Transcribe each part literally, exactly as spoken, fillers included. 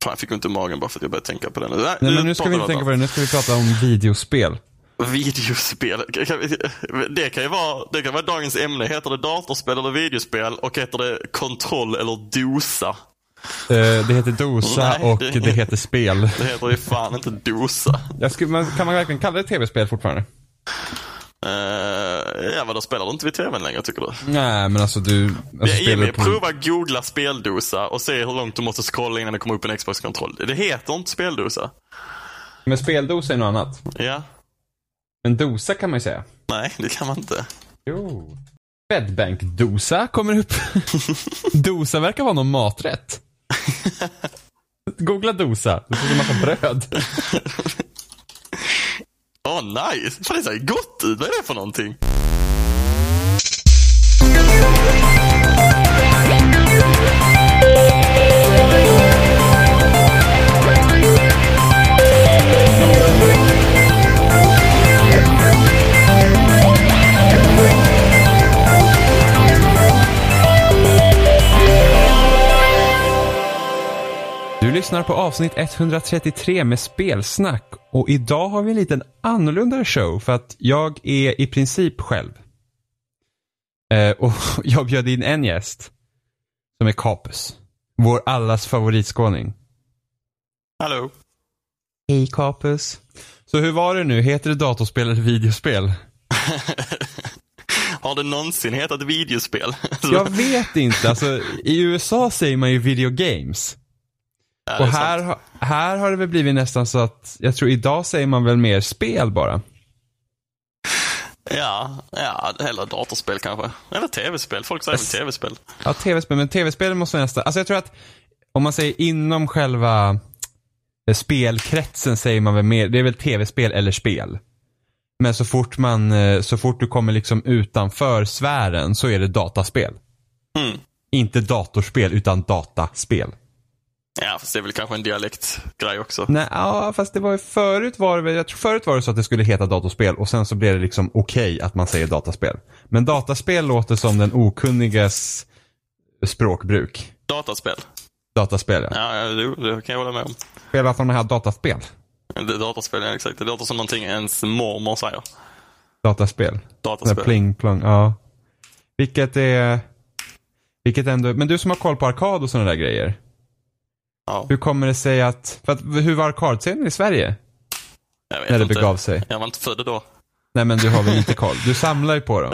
Fan, jag fick inte magen bara för att jag började tänka på det. Nej, Nej men nu ska vi inte tänka på det. Nu ska vi prata om videospel. Videospel. Det kan ju vara, det kan vara dagens ämne. Heter det datorspel eller videospel? Och heter det kontroll eller dosa? Det heter dosa. Nej, och det, det heter spel. Det heter ju fan inte dosa. Jag skulle, men kan man verkligen kalla det tv-spel fortfarande? Uh, ja, vad då spelar du inte vid tvn längre, tycker du? Nej, men alltså du... Alltså, ja, Jimmy, på... prova googla speldosa och se hur långt du måste scrolla innan det kommer upp en Xbox-kontroll. Det heter inte speldosa. Men speldosa är något annat. Ja. Men dosa kan man ju säga. Nej, det kan man inte. Jo. Bedbank-dosa kommer upp. Dosa verkar vara någon maträtt. Googla dosa. Det får en massa bröd. Åh, oh, nice. Fan, det ser gott ut. Vad är det för någonting? Du lyssnar på avsnitt etthundratrettiotre med spelsnack och idag har vi en liten annorlunda show för att jag är i princip själv. Eh, och jag bjöd in en gäst som är Capus, vår allas favoritskåning. Hallå. Hej Capus. Så hur var det nu? Heter det datorspel eller videospel? Har det någonsin hetat videospel? Jag vet inte. Alltså, i U S A säger man ju video games. Och här, här har det väl blivit nästan så att jag tror idag säger man väl mer spel bara. Ja, ja, eller datorspel kanske. Eller tv-spel, folk säger väl tv-spel. Ja, tv-spel, men tv-spel måste nästan... Alltså jag tror att om man säger inom själva spelkretsen säger man väl mer, det är väl tv-spel eller spel. Men så fort man, så fort du kommer liksom utanför sfären så är det dataspel. Mm. Inte datorspel utan dataspel. Ja, fast det är väl kanske en dialektgrej också. Nej, ja, fast det var ju förut var det, jag tror förut var det så att det skulle heta datorspel och sen så blev det liksom okej okay att man säger dataspel. Men dataspel låter som den okunnigas språkbruk. Dataspel. Dataspel, ja. Ja, det, det kan jag hålla med om. Spela från det här dataspel. Det är dataspel, ja, exakt. Det låter som någonting ens mormor säger. Dataspel. Dataspel. Pling, plong, ja. Vilket är... Vilket ändå... Men du som har koll på arkad och sådana där grejer. Ja. Hur kommer det sig att... För att hur var arkadscenen i Sverige? Jag vet när det inte. begav sig. Jag var inte född då. Nej, men du har väl inte koll. Du samlar ju på dem.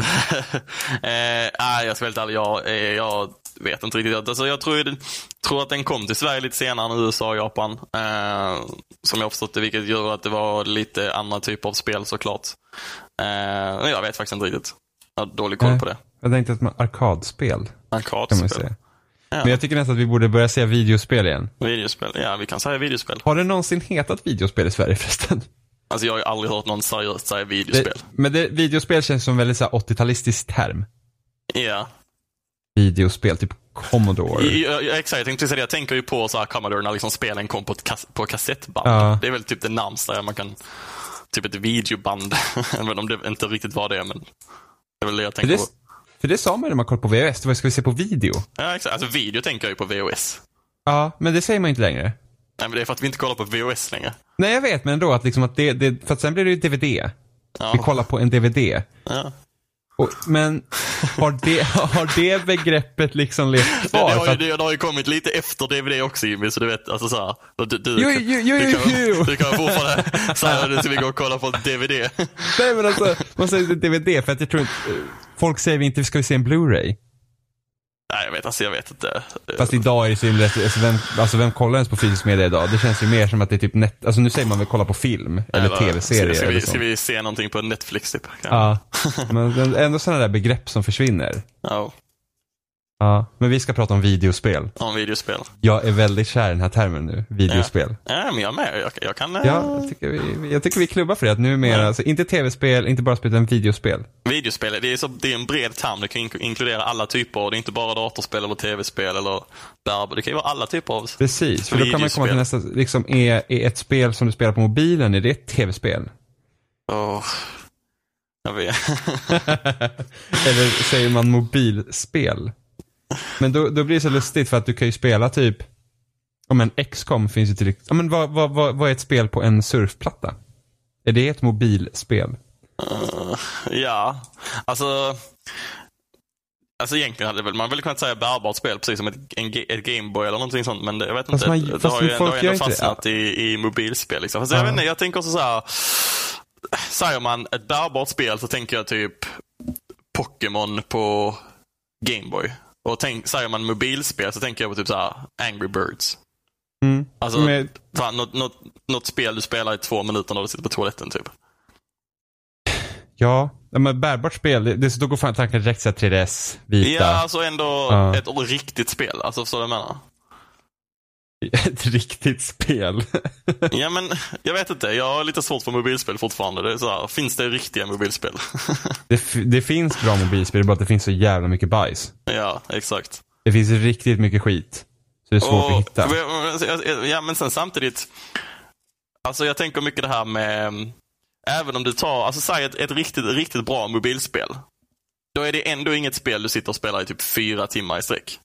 Nej, eh, jag ska väldigt ärlig. Jag, eh, jag vet inte riktigt. Alltså, jag tror, tror att den kom till Sverige lite senare än U S A och Japan. Eh, som jag har förstått det, vilket gör att det var lite andra typer av spel såklart. Eh, men jag vet faktiskt inte riktigt. Jag har dålig koll Nej, på det. Jag tänkte att man arkadspel. Arkadspel. Kan man säga. Ja. Men jag tycker nästan att vi borde börja säga videospel igen. Videospel, ja, vi kan säga videospel. Har det någonsin hetat videospel i Sverige förresten? Alltså jag har ju aldrig hört någon seriöst säga videospel. Det, men det, videospel känns som en väldigt så här åttio-talistisk term. Ja. Videospel, typ Commodore. Ja, ja, exakt, jag tänkte säga det. Jag tänker ju på så här Commodore när liksom spelen kom på, ett kas- på kassettband. Ja. Det är väl typ det närmsta man kan... Typ ett videoband. Även om det inte riktigt var det, men... Det är väl det jag tänker för det, på. För det sa man när man kollade på V H S. Vad ska vi se på video? Ja, exakt. Alltså video tänker jag ju på V H S. Ja, men det säger man inte längre. Nej, men det är för att vi inte kollar på V H S längre. Nej, jag vet, men ändå att liksom att det... det för att sen blir det ju D V D. Ja. Vi kollar på en D V D. Ja. Och, men har det, har det begreppet liksom levt kvar? Det, det, har ju, att... det, det har ju kommit lite efter D V D också, Jimmy, så du vet, alltså så här, du, du, jo, jo, jo, du, kan, jo. du kan fortfarande säga att du ska vi gå och kolla på D V D. Nej, men alltså, man säger D V D för att jag tror inte, folk säger vi inte, ska vi se en Blu-ray? Nej, jag vet, alltså jag vet inte. Fast idag är det så himla, alltså vem, alltså vem kollar ens på fysisk media idag? Det känns ju mer som att det är typ net, alltså nu säger man väl kolla på film eller, eller tv-serier. Ska, eller vi, så. ska vi se någonting på Netflix typ? Ja, men ändå sådana där begrepp som försvinner. Ja. Ja, men vi ska prata om videospel. Om videospel. Jag är väldigt kär i den här termen nu, videospel. Ja, ja men jag med. Jag, jag kan... Ja, jag tycker, vi, jag tycker vi klubbar för det. Att nu mer, ja. Alltså, inte tv-spel, inte bara spel, utan videospel. Videospel, det är, så, det är en bred term. Det kan inkludera alla typer. Det är inte bara datorspel eller tv-spel eller där. Det kan ju vara alla typer av precis, för då kan man komma till nästa, liksom, är, är ett spel som du spelar på mobilen, är det ett tv-spel? Åh... Oh. Jag vet. Eller säger man mobilspel? Men då, då blir det så lustigt för att du kan ju spela typ Ja, men X COM finns ju till... Ja, men vad, vad, vad, vad är ett spel på en surfplatta? Är det ett mobilspel? Uh, ja, alltså... Alltså egentligen hade väl, man väl kunnat säga bärbart spel, precis som ett, en, ett Gameboy eller någonting sånt, men det, jag vet fast inte, man, det har ju ändå, ändå fastnat det. i, i mobilspel liksom. Fast uh. jag vet inte, jag tänker också så här, säger man ett bärbart spel så tänker jag typ Pokémon på Gameboy. Och tänk, säger man mobilspel så tänker jag på typ så här Angry Birds. Mm. Alltså, men... fan, något, något, något spel du spelar i två minuter när du sitter på toaletten typ. Ja, men bärbart spel, det, det så då går fan tanken direkt så här tre D S, vita. Ja, alltså ändå ja. ett riktigt spel, alltså så jag menar. Ett riktigt spel. Ja, men jag vet inte, jag har lite svårt för mobilspel fortfarande. Det är så här, finns det riktiga mobilspel? det, det finns bra mobilspel, bara att det finns så jävla mycket bajs. Ja, exakt. Det finns riktigt mycket skit. Så det är svårt Och, att hitta. Ja, men sen samtidigt, alltså jag tänker mycket det här med, även om du tar, alltså säg ett, ett riktigt, riktigt bra mobilspel, då är det ändå inget spel du sitter och spelar i typ fyra timmar i sträck.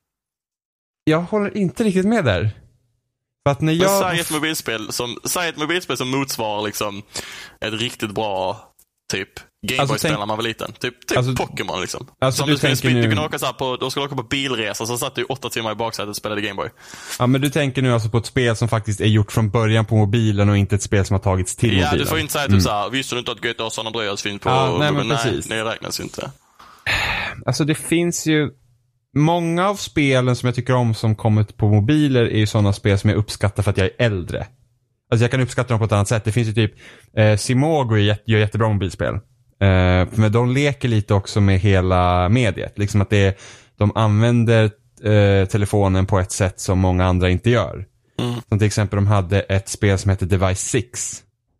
Jag håller inte riktigt med där. För att när jag... Men säg ett mobilspel som, säg ett mobilspel som motsvarar liksom ett riktigt bra typ Gameboy alltså, spelar man väl liten. Typ, typ alltså, Pokémon liksom. Alltså, som du, du, skulle tänker spela, nu... du kan åka så här på, då ska du åka på bilresa, så satt du åtta timmar i baksätet och spelade Gameboy. Ja, men du tänker nu alltså på ett spel som faktiskt är gjort från början på mobilen och inte ett spel som har tagits till ja, mobilen. Ja, du får inte säga typ mm. så här, visste du inte att G T A San Andreas finns på... Ja, nej, men nej, precis. det räknas ju inte. Alltså det finns ju... Många av spelen som jag tycker om som kommit på mobiler är ju sådana spel som jag uppskattar för att jag är äldre. Alltså jag kan uppskatta dem på ett annat sätt. Det finns ju typ... Eh, Simogo gör jättebra mobilspel. Eh, men de leker lite också med hela mediet. Liksom att det, de använder eh, telefonen på ett sätt som många andra inte gör. Mm. Som till exempel de hade ett spel som heter Device sex.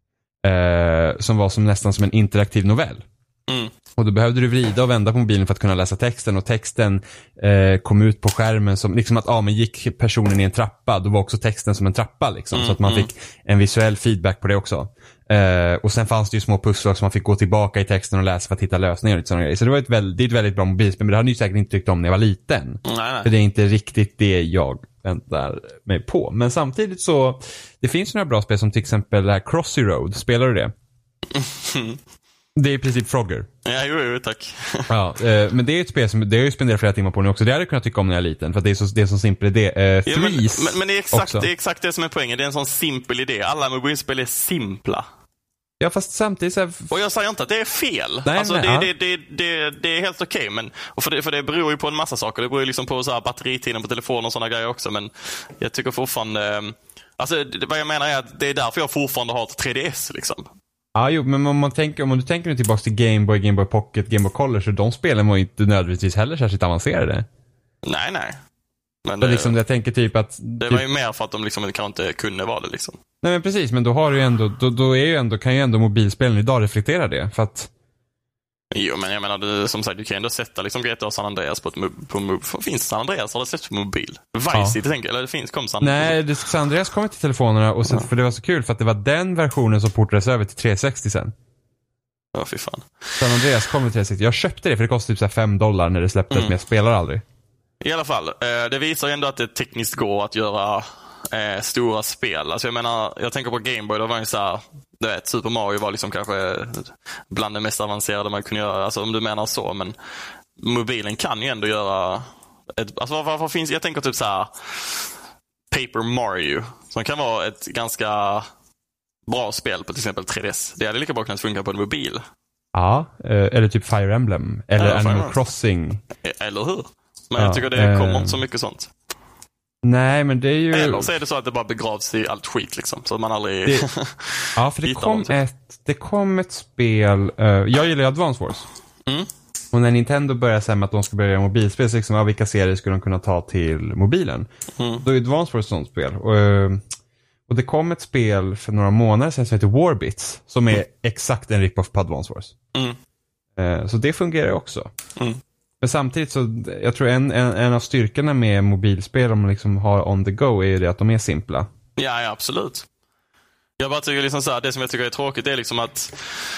Eh, som var som nästan som en interaktiv novell. Mm. Och då behövde du vrida och vända på mobilen för att kunna läsa texten. Och texten eh, kom ut på skärmen som liksom att, ja ah, men gick personen i en trappa, då var också texten som en trappa liksom. Mm, så att man mm. fick en visuell feedback på det också. Eh, och sen fanns det ju små pusslar som man fick gå tillbaka i texten och läsa för att hitta lösningar och lite sådana grejer. Så det var ett väldigt, väldigt bra mobilspel, men det hade ju säkert inte tyckt om när jag var liten. Nej, nej. För det är inte riktigt det jag väntar mig på. Men samtidigt så, det finns ju några bra spel som till exempel det här Crossy Road. Spelar du det? Det är i princip Frogger. Ja, jo, jo, tack. Ja, eh, men det är ett spel som det har ju spenderat flera timmar på nu också. Det hade jag kunnat tycka om när jag är liten, för att det är så, det är så simpel idé. Eh, ja, men, men, men det, är exakt, det är exakt det som är poängen. Det är en sån simpel idé. Alla mobilspel är simpla. Ja, fast samtidigt så här... Och jag säger inte att det är fel. Nej, alltså, nej, det, ja. det, det, det, det är helt okej, okay, men och för, det, för det beror ju på en massa saker. Det beror ju liksom på så här batteritiden på telefonen och sådana grejer också. Men jag tycker fortfarande... Alltså, det, vad jag menar är att det är därför jag fortfarande har ett tre D S, liksom. Ja, jo, men om man tänker, om du tänker nu tillbaka till Game Boy, Game Boy Pocket, Game Boy Color, så de spelen var ju inte nödvändigtvis heller särskilt avancerade. Nej, nej. Men det, det, liksom, jag tänker typ att... Det typ, var ju mer för att de liksom kanske inte kunde vara det, liksom. Nej, men precis, men då har du ju ändå, då, då är ju ändå, kan ju ändå mobilspelen idag reflektera det, för att... Jo, men jag menar, du, som sagt, du kan ändå sätta liksom G T A San Andreas på ett på, på, finns San Andreas har det sett på mobil? Vice City, ja. tänker eller det finns, kom San Nej, det, San Andreas kom till telefonerna och sen, ja. för det var så kul för att det var den versionen som portades över till tre sextio sen. Ja, fy fan. San Andreas kom till tre sextio. Jag köpte det för det kostade typ så här fem dollar när det släpptes, mm. men jag spelar aldrig. I alla fall, det visar ju ändå att det tekniskt går att göra eh, stora spel. Alltså jag menar, jag tänker på Game Boy, då var ju så här, du vet, Super Mario var liksom kanske bland det mest avancerade man kunde göra, alltså om du menar så, men mobilen kan ju ändå göra ett, alltså vad, vad finns, jag tänker typ så här Paper Mario, som kan vara ett ganska bra spel på till exempel tre D S. Det hade lika bra kunnat funka på en mobil. Ja, eller typ Fire Emblem, eller ja, Animal Crossing. Eller hur? Men ja, jag tycker det kommer inte så mycket sånt. Nej, men det är ju... Eller så är det så att det bara begravs i allt skit liksom, så att man aldrig det... Ja, för det kom, ett, det kom ett spel... Uh, jag gillar Advance Wars. Mm. Och när Nintendo började säga att de ska börja göra mobilspel, så liksom, ja, vilka serier skulle de kunna ta till mobilen? Mm. Då är Advance Wars ett sånt spel. Och, uh, och det kom ett spel för några månader sedan som heter Warbits, som är mm. exakt en rip-off på Advance Wars. Mm. Uh, så det fungerar också. Mm. Men samtidigt så, jag tror en, en, en av styrkorna med mobilspel om man liksom har on the go är ju det att de är simpla. Ja, ja, absolut. Jag bara tycker liksom så här, det som jag tycker är tråkigt är liksom att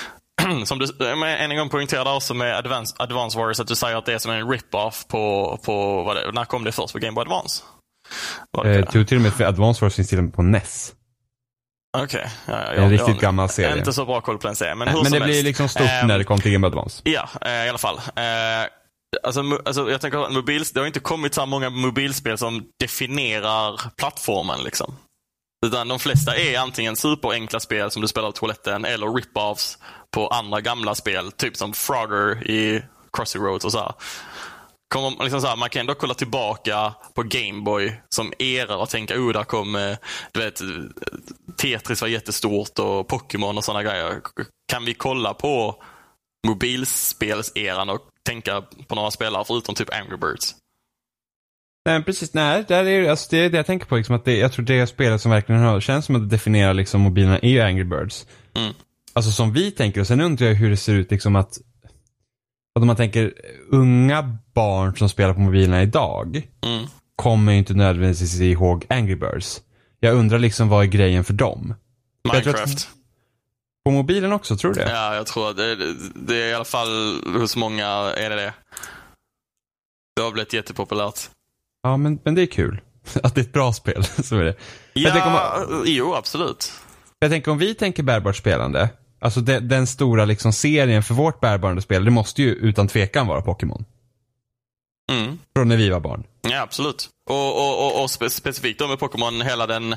som du än en gång poängterade också med Advance, Advance Wars, att du säger att det är som en rip-off på, på vad det, när kom det först på Game Boy Advance? Eh, tog till och med för Advance Wars finns till och med på N E S. Okej. Okay. Ja, ja, en ja, riktigt ja, gammal serie. Jag är inte så bra koll på den serien. Men, Nej, hur men som det blir helst. liksom stort um, när det kom till Game Boy Advance. Ja, eh, i alla fall. Eh, alltså, mo- alltså, jag tänker att mobils, det har inte kommit så många mobilspel som definierar plattformen. Liksom. Utan de flesta är antingen superenkla spel som du spelar på toaletten eller rip-offs på andra gamla spel. Typ som Frogger i Crossy Roads och så här. Kommer, liksom så här, man kan ändå kolla tillbaka på Game Boy som era och tänka, oh, där kom, du vet, Tetris var jättestort och Pokémon och sådana grejer. Kan vi kolla på mobilspelseran och tänka på några spelare förutom typ Angry Birds? Nej, precis. Nej, där är, alltså, det är det jag tänker på. Liksom, att det, jag tror det spelet som verkligen har, känns som att det definierar liksom, mobilerna är ju Angry Birds. Mm. Alltså som vi tänker. Och sen undrar jag hur det ser ut liksom att, att om man tänker unga barn som spelar på mobilerna idag mm. kommer ju inte nödvändigtvis ihåg Angry Birds. Jag undrar liksom vad är grejen för dem? Minecraft. Att, på mobilen också, tror du det? Ja, jag tror att det, det, det är i alla fall hos många är det det. Det har blivit jättepopulärt. Ja, men, men det är kul. Att det är ett bra spel, så är det. Ja, jag om, jo, absolut. Jag tänker om vi tänker bärbart spelande, alltså de, den stora liksom serien för vårt bärbara spel, det måste ju utan tvekan vara Pokémon. Mm. Från när vi var barn. Ja, absolut. Och, och, och, och spe, specifikt då med Pokémon, hela den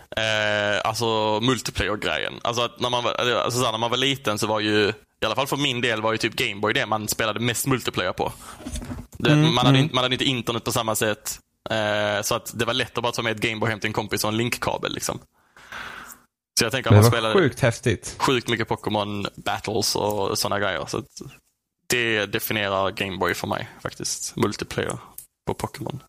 eh, alltså multiplayer-grejen. Alltså, att när man, var, alltså så när man var liten så var ju, i alla fall för min del, var ju typ Game Boy det man spelade mest multiplayer på. Det, mm, man, hade, mm. man hade inte internet på samma sätt. Eh, så att det var lätt att bara ta med ett Game Boy hem till en kompis och en linkkabel liksom. Så jag tänker att man spelade sjukt häftigt. Sjukt mycket Pokémon battles och sådana grejer. Så att det definierar Game Boy för mig faktiskt. Multiplayer på Pokémon.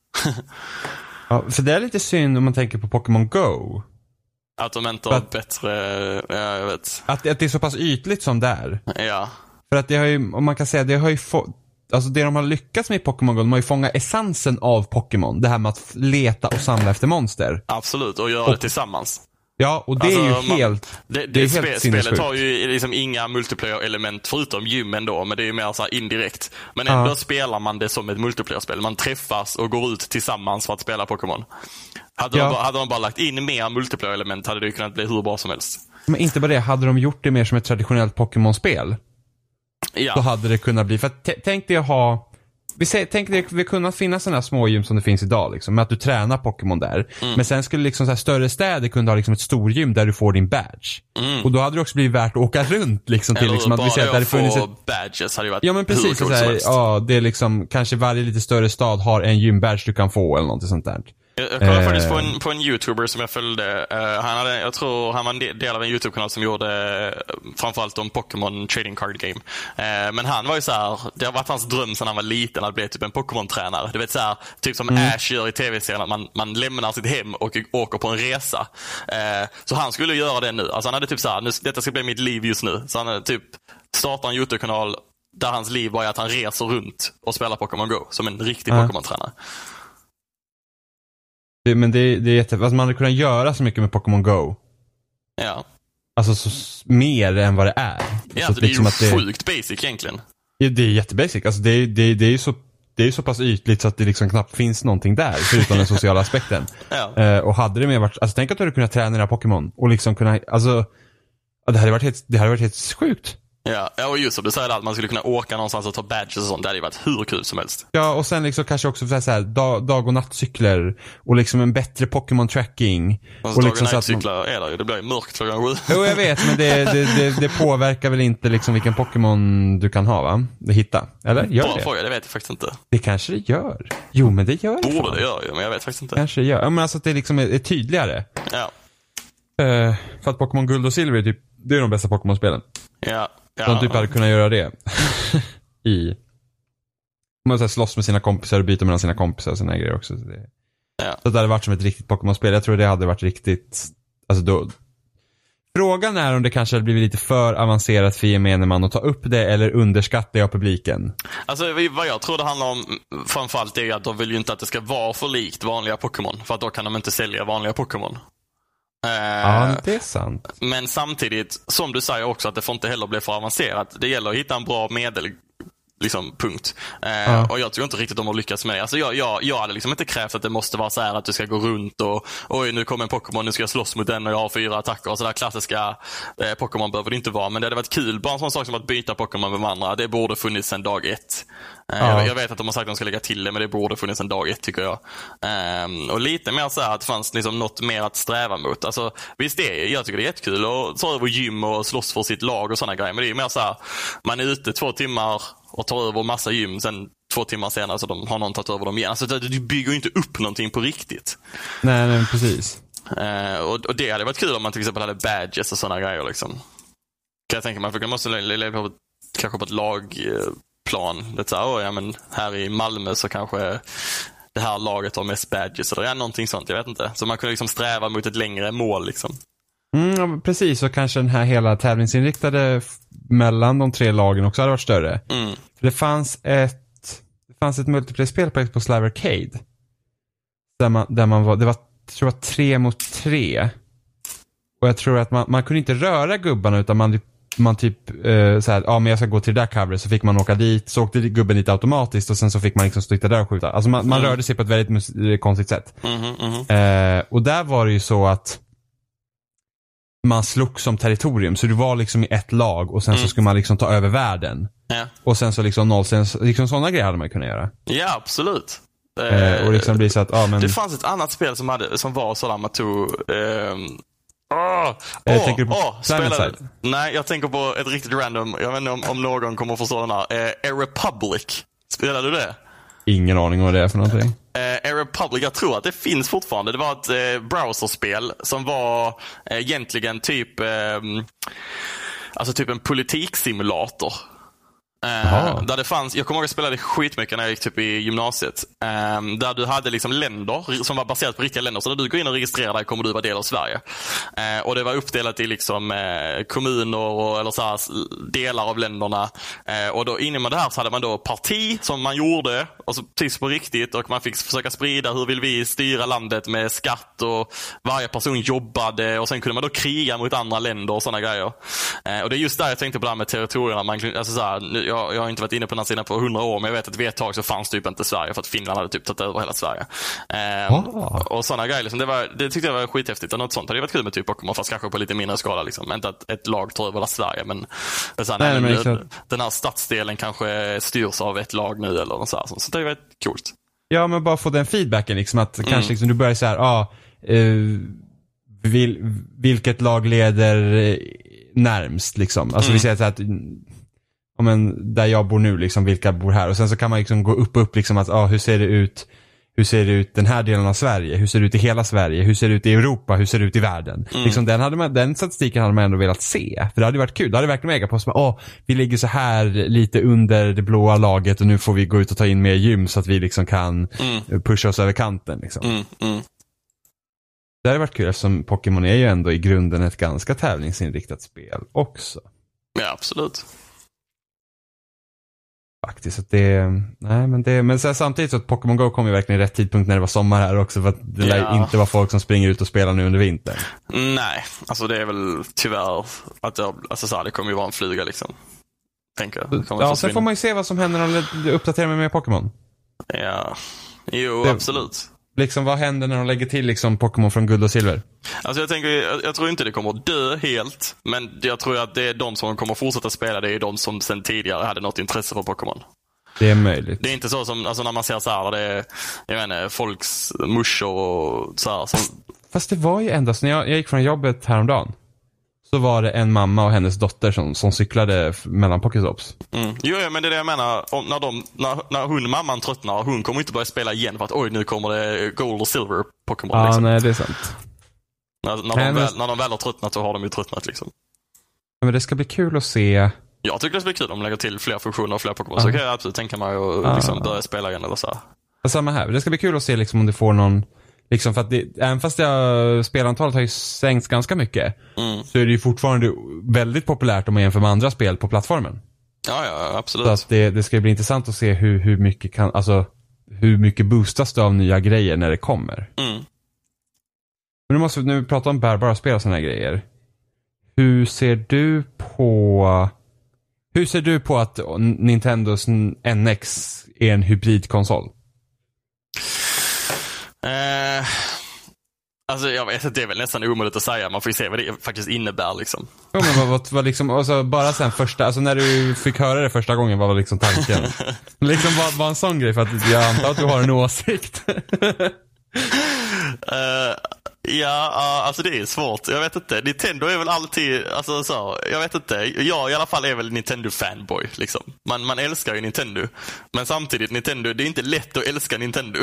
Ja, för det är lite synd om man tänker på Pokémon Go. Att de inte har bättre, ja, jag vet. Att, att det är så pass ytligt som det är. Ja. För att det har ju, om man kan säga, det har ju fått, alltså det de har lyckats med i Pokémon Go, de har ju fångat essensen av Pokémon. Det här med att leta och samla efter monster. Absolut, och göra och, det tillsammans. Ja, och det alltså, är ju man, helt det, det, det är spe, helt Spelet har ju liksom inga multiplayer-element förutom gymmen då, men det är ju mer så här indirekt. Men ändå ja. spelar man det som ett multiplayer-spel. Man träffas och går ut tillsammans för att spela Pokémon. Hade, ja. de bara, hade de bara lagt in mer multiplayer-element hade det ju kunnat bli hur bra som helst. Men inte bara det, hade de gjort det mer som ett traditionellt Pokémon-spel, ja. då hade det kunnat bli, för att t- tänk dig att ha, vi säger, tänk dig att det kunna finnas sådana här små gym som det finns idag liksom, med att du tränar Pokémon där. Mm. Men sen skulle liksom så här större städer kunna ha liksom ett storgym där du får din badge. Mm. Och då hade det också blivit värt att åka runt liksom till. Eller liksom, att vi säger att där det funnits ett badges hade ju varit. Ja, men precis, så här, ja, det är liksom kanske varje lite större stad har en gymbadge du kan få eller något sånt där. Jag, jag kollade eh. faktiskt på en, på en YouTuber som jag följde. Uh, han hade, jag tror han var en del av en YouTube-kanal som gjorde uh, framförallt om Pokémon Trading Card Game. Uh, men han var ju så här, det har varit hans dröm sedan han var liten att bli typ en Pokémon-tränare. Du vet så här, typ som mm. Ash gör i tv-serien, att man, man lämnar sitt hem och åker på en resa. Uh, så han skulle göra det nu. Alltså han hade typ så här, nu, detta ska bli mitt liv just nu. Så han hade typ startat en YouTube-kanal där hans liv var att han reser runt och spelar Pokémon Go som en riktig uh. Pokémon-tränare. Det, men det, det är jätte... Alltså man hade kunnat göra så mycket med Pokémon Go. Ja. Alltså så, mer än vad det är. Ja, så det är liksom ju att det, sjukt basic egentligen. Ja, det är jättebasic. Alltså det, det, det är ju så, det är så pass ytligt så att det liksom knappt finns någonting där förutom den sociala aspekten. Ja. Uh, och hade det mer varit, alltså tänk att du hade kunnat träna dina Pokémon och liksom kunna, alltså det hade varit helt, det hade varit helt sjukt. Ja, och just som du säger att man skulle kunna åka någonstans och ta badges och sånt. Det hade ju varit hur kul som helst. Ja, och sen liksom kanske också så här, dag, dag- och nattcykler och liksom en bättre Pokémon-tracking. Och, och dag- liksom och nattcyklar man... är det ju. Det blir ju mörkt klockan sju. Jo, jag vet, men det, det, det, det påverkar väl inte liksom vilken Pokémon du kan ha, va? Det hitta, eller? Gör Bra det? fråga, det vet jag faktiskt inte. Det kanske det gör. Jo, men det gör det. Borde det gör ju, men jag vet faktiskt inte. Kanske det gör. Ja, men alltså att det liksom är, är tydligare. Ja. Uh, för att Pokémon Guld och Silver är typ, det är de bästa Pokémon-spelen. Ja. Ja. De typ hade kunnat göra det i man så slåss med sina kompisar och byta mellan sina kompisar och sina grejer också. Så det, ja. så det hade varit som ett riktigt Pokémon-spel. Jag tror det hade varit riktigt, alltså då. Frågan är om det kanske hade blivit lite för avancerat för gemene man att ta upp det eller underskatta det av publiken. Alltså vad jag tror det handlar om framförallt är att de vill ju inte att det ska vara för likt vanliga Pokémon. För att då kan de inte sälja vanliga Pokémon. Ja, det är sant. Men samtidigt, som du säger också, att det får inte heller bli för avancerat. Det gäller att hitta en bra medel, liksom, punkt. Eh, ja. Och jag tror inte riktigt de har lyckats med det. Alltså jag, jag, jag hade liksom inte krävt att det måste vara så här att du ska gå runt och oj, nu kommer en Pokémon, nu ska jag slåss mot den och jag har fyra attacker och sådär klassiska eh, Pokémon behöver det inte vara. Men det hade varit kul, bara en sån sak som att byta Pokémon med varandra. Det borde funnits en dag ett. Eh, ja. jag, jag vet att de har sagt att de ska lägga till det, men det borde funnits en dag ett tycker jag. Eh, och lite mer så här att det fanns liksom något mer att sträva mot. Alltså visst, det är, jag tycker det är jättekul att ta över gym och slåss för sitt lag och sådana grejer. Men det är mer så här, man är ute två timmar och tar över massa gym, sen två timmar senare så de har någon tagit över dem igen. Alltså du bygger ju inte upp någonting på riktigt. Nej, nej precis. Uh, och, och det hade varit kul om man till exempel hade badges och sådana grejer liksom. Kan jag tänka mig, för man måste leva på, kanske på ett lagplan. Det är så här, oh, ja, men här i Malmö så kanske det här laget har mest badges eller ja, någonting sånt, jag vet inte. Så man kunde liksom sträva mot ett längre mål liksom. Mm, precis, och kanske den här hela tävlingsinriktade f- mellan de tre lagen också hade varit större. Mm. För det fanns ett det fanns ett multiplayer-spel på Xbox Live Arcade där man, där man var, det var, jag tror det var tre mot tre. Och jag tror att man, man kunde inte röra gubbarna utan man, man typ eh, så här, ja men jag ska gå till det där coveret, så fick man åka dit, så åkte gubben dit automatiskt och sen så fick man liksom sitta där och skjuta. Alltså man, man Mm. rörde sig på ett väldigt mus- konstigt sätt. Mm, mm. Eh, och där var det ju så att man slog som territorium, så du var liksom i ett lag och sen Mm. så skulle man liksom ta över världen. Ja. Och sen så liksom noll, sen, liksom sådana grejer hade man kunnat göra. Ja, absolut. Eh, och liksom blir så att, ja men... Det fanns ett annat spel som, hade, som var sådär man tog... ehm, Åh, Eh, åh, tänker du på åh, Planet spelade. Side? Nej, jag tänker på ett riktigt random. Jag vet inte om, om någon kommer att förstå den här. Eh, A Republic. Spelar du det? Ingen aning om vad det är för någonting. Eh, A Republic, jag tror att det finns fortfarande. Det var ett eh, browserspel som var eh, egentligen typ... Eh, alltså typ en politiksimulator. Uh, där det fanns, jag kommer ihåg att jag spelade skitmycket när jag gick typ i gymnasiet. Um, där du hade liksom länder som var baserat på riktiga länder. Så när du går in och registrerar dig kommer du vara del av Sverige. Uh, och det var uppdelat i liksom uh, kommuner och, eller så här, delar av länderna. Uh, och då innan man det här så hade man då parti som man gjorde. Och så precis på riktigt. Och man fick försöka sprida hur vill vi styra landet med skatt. Och varje person jobbade. Och sen kunde man då kriga mot andra länder och sådana grejer. Uh, och det är just där jag tänkte på det här med territorierna. Man, alltså så här, nu, Jag, jag har inte varit inne på den här sidan på hundra år, men jag vet att vid ett tag så fanns typ inte Sverige för att Finland hade typ tagit över hela Sverige. Ehm, oh. Och sådana grejer. Liksom, det, var, det tyckte jag var skithäftigt. Och något sånt hade varit kul med typ Pokémon, fast kanske på lite mindre skala. Liksom. Inte att ett lag tar över hela Sverige, men, så här, nej, nej, men den här stadsdelen kanske styrs av ett lag nu eller något så här. Så det var coolt. Ja, men bara få den feedbacken liksom, att Mm. kanske liksom, du börjar så här, ja, ah, eh, vil, vilket lag leder eh, närmst liksom. Alltså mm. vi säger så här att ja, men där jag bor nu liksom, vilka bor här, och sen så kan man liksom gå upp upp liksom att, ja, ah, hur ser det ut hur ser det ut den här delen av Sverige, hur ser det ut i hela Sverige, hur ser det ut i Europa, hur ser det ut i världen. Mm. Liksom den, hade man, den statistiken hade man ändå velat se, för det hade varit kul. Det hade verkligen mega på som, åh, oh, vi ligger så här lite under det blåa laget och nu får vi gå ut och ta in mer gym så att vi liksom kan mm. pusha oss över kanten liksom. Mm. Mm. Det hade varit kul, eftersom Pokémon är ju ändå i grunden ett ganska tävlingsinriktat spel också. Ja, absolut. Faktiskt att det, nej men det, men så här, samtidigt så att Pokémon Go kom ju verkligen i rätt tidpunkt när det var sommar här också, för att det ja. lär inte vara folk som springer ut och spelar nu under vintern. Nej, alltså det är väl tyvärr att det, alltså så här, det kommer ju vara en flyga liksom. Tänker jag. Ja, sen får man ju se vad som händer när de uppdaterar med Pokémon. Ja, jo det, absolut. Liksom vad händer när de lägger till liksom Pokémon från guld och silver? Alltså jag tänker, jag, jag tror inte det kommer att dö helt, men jag tror att det är de som kommer att fortsätta spela, det är de som sen tidigare hade något intresse för Pokémon. Det är möjligt. Det är inte så som, alltså när man ser så här, det är, jag vet inte, folks mursor och så här. Som... Fast det var ju endast, när jag, jag gick från jobbet häromdagen, så var det en mamma och hennes dotter som, som cyklade mellan Pokéstops. Mm. Jo, ja, men det är det jag menar. Om, när, de, när, när hon, mamman tröttnar, hon kommer inte börja spela igen för att oj, nu kommer det Gold och Silver Pokémon. Ja, liksom. nej, det är sant. När, när, nej, de men... väl, när de väl har tröttnat så har de ju tröttnat liksom. Men det ska bli kul att se. Jag tycker det ska bli kul om de lägger till fler funktioner och fler Pokémon. Ah. Så kan jag absolut tänka mig att ah. liksom, börja spela igen eller så här. Samma här. Det ska bli kul att se liksom, om det får någon... Liksom för att det, även fast det, spelantalet har ju sänkts ganska mycket, mm. så är det ju fortfarande väldigt populärt om man jämför med andra spel på plattformen. Ja, ja, absolut. Så att det, det ska bli intressant att se hur, hur mycket kan, alltså hur mycket boostas det av nya grejer när det kommer. Mm. Men nu måste vi nu prata om bärbara spel och såna här grejer. Hur ser du på Hur ser du på att Nintendos N X är en hybridkonsol? Eh, alltså jag vet att det är väl nästan omöjligt att säga. Man får ju se vad det faktiskt innebär liksom. Ja, men vad, vad, vad liksom, alltså, bara sen första, alltså när du fick höra det första gången, vad var liksom tanken? liksom vad var en sån grej, för att jag antar att du har en åsikt. uh, ja, uh, alltså det är svårt. Jag vet inte. Nintendo är väl alltid, alltså så, jag vet inte. Jag i alla fall är väl Nintendo-fanboy liksom. Man, man älskar ju Nintendo. Men samtidigt, Nintendo, det är inte lätt att älska Nintendo.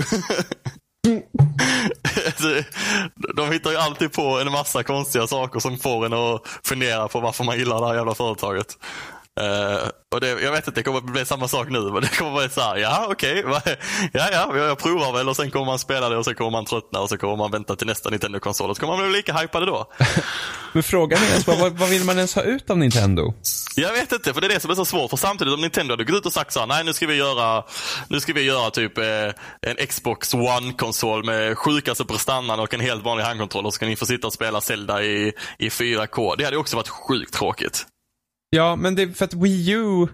De hittar ju alltid på en massa konstiga saker som får en att fundera på varför man gillar det här jävla företaget. Uh, och det, jag vet inte, det kommer att bli samma sak nu, men det kommer att vara så här, ja okej, okay, ja ja, jag provar väl, och sen kommer man spela det och sen kommer man tröttna och så kommer man vänta till nästa Nintendo-konsol och så kommer man bli lika hypade då. Men frågan är ens, vad, vad vill man ens ha ut av Nintendo? Jag vet inte, för det är det som är så svårt, för samtidigt om Nintendo hade gått ut och sagt så här, nej nu ska vi göra nu ska vi göra typ eh, en Xbox One-konsol med sjukaste prestandan och en helt vanlig handkontroll och så kan ni få sitta och spela Zelda i, i fyra K. Det hade också varit sjukt tråkigt. Ja, men det är för att Wii U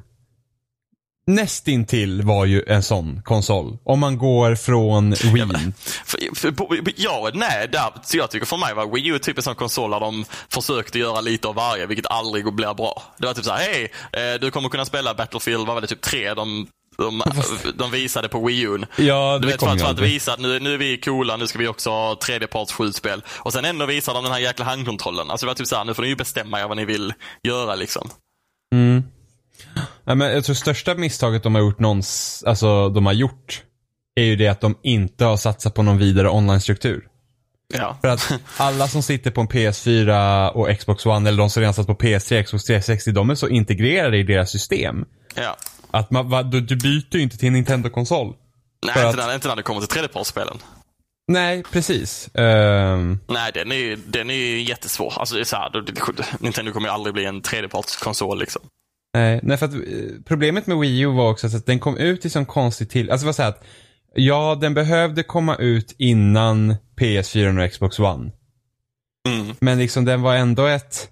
nästintill var ju en sån konsol. Om man går från Wii. Ja, men, för, för, ja nej, där, så jag tycker för mig var Wii U typ en sån konsol där de försökte göra lite av varje, vilket aldrig blir bra. Det var typ så här, hej, du kommer kunna spela Battlefield, vad var det, typ tre, de De, de visade på Wii U. Ja, det du vet, för, att, för att visa att nu, nu är vi coola, nu ska vi också ha tredjeparts skjutspel. Och sen ändå visar de den här jäkla handkontrollen. Alltså det var typ så här, nu får ni ju bestämma er vad ni vill göra liksom. Mm. Ja, men jag tror största misstaget de har gjort någons, alltså de har gjort är ju det att de inte har satsat på någon vidare online-struktur. Ja. För att alla som sitter på en P S fyra och Xbox One, eller de som redan satt på P S tre, Xbox tre sextio, de är så integrerade i deras system. Ja. Att man, va, du, du byter ju inte till en Nintendo-konsol. Nej, för inte, att, när, inte när det kommer till tredjepartsspelen. Nej, precis. Um... Nej, den är ju den är ju jättesvår. Alltså det är så här, det, det, Nintendo kommer ju aldrig bli en tredjepartskonsol liksom. Nej, nej, för att problemet med Wii U var också att den kom ut i sån konstig till... Alltså vad säger att ja, den behövde komma ut innan P S fyra och Xbox One. Mm. Men liksom den var ändå ett...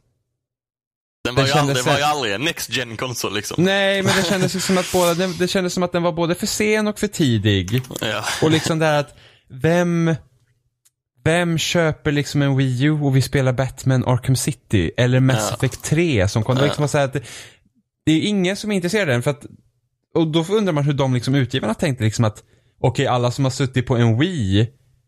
Den var, ju aldrig, det var ju aldrig en next gen konsol liksom. Nej, men det kändes ju som att båda, det, det kändes som att den var både för sen och för tidig. Ja. Och liksom där att vem vem köper liksom en Wii U och vi spelar Batman Arkham City eller Mass Ja. Effect tre som kom. Ja. Liksom att säga att det, det är ingen som är intresserad av den, för att, och då undrar man hur de liksom utgivarna tänkte liksom att okej, okay, alla som har suttit på en Wii,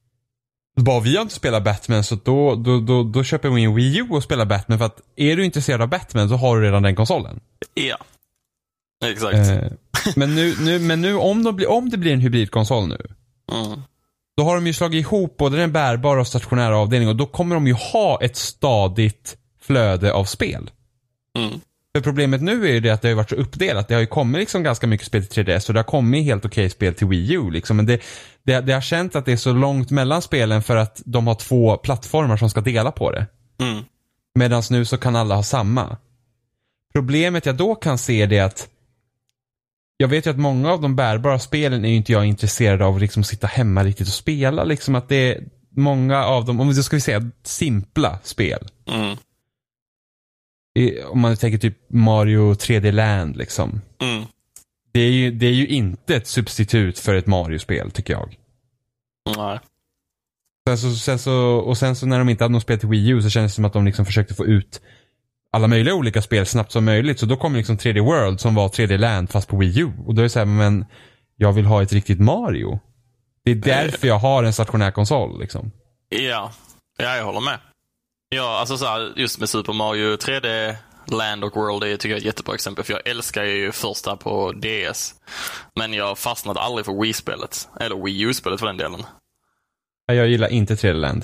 bara vi har inte spelat Batman, så då, då, då, då köper vi en Wii U och spelar Batman, för att är du intresserad av Batman så har du redan den konsolen. Ja, exakt. Eh, men, nu, nu, men nu om, de blir, om det blir en hybridkonsol nu, Mm. då har de ju slagit ihop både den bärbara och stationära avdelningen, och då kommer de ju ha ett stadigt flöde av spel. Mm. För problemet nu är ju det att det har varit så uppdelat. Det har ju kommit liksom ganska mycket spel till tre D S och det har kommit helt okej spel till Wii U liksom. Men det, det, det har känt att det är så långt mellan spelen för att de har två plattformar som ska dela på det. Mm. Medan nu så kan alla ha samma. Problemet jag då kan se det är att jag vet ju att många av de bärbara spelen är ju inte jag intresserad av att liksom sitta hemma riktigt och spela. Liksom att det är många av dem, om vi ska vi säga simpla spel. Mm. I, om man tänker typ Mario tre D Land liksom. Mm. Det är ju, det är ju inte ett substitut för ett Mario-spel, tycker jag. Nej. Sen så, sen så, och sen så när de inte hade något spel till Wii U så kändes det som att de liksom försökte få ut alla möjliga olika spel snabbt som möjligt. Så då kom liksom tre D World som var tre D Land fast på Wii U. Och då är det så här, men jag vill ha ett riktigt Mario. Det är därför jag har en stationär konsol liksom. Ja, ja jag håller med. Ja, alltså så här, just med Super Mario tre D Land och World är, tycker jag är ett jättebra exempel, för jag älskar ju första på D S. Men jag fastnade aldrig för Wii-spelet. Eller Wii U-spelet för den delen. Jag gillar inte tre D Land.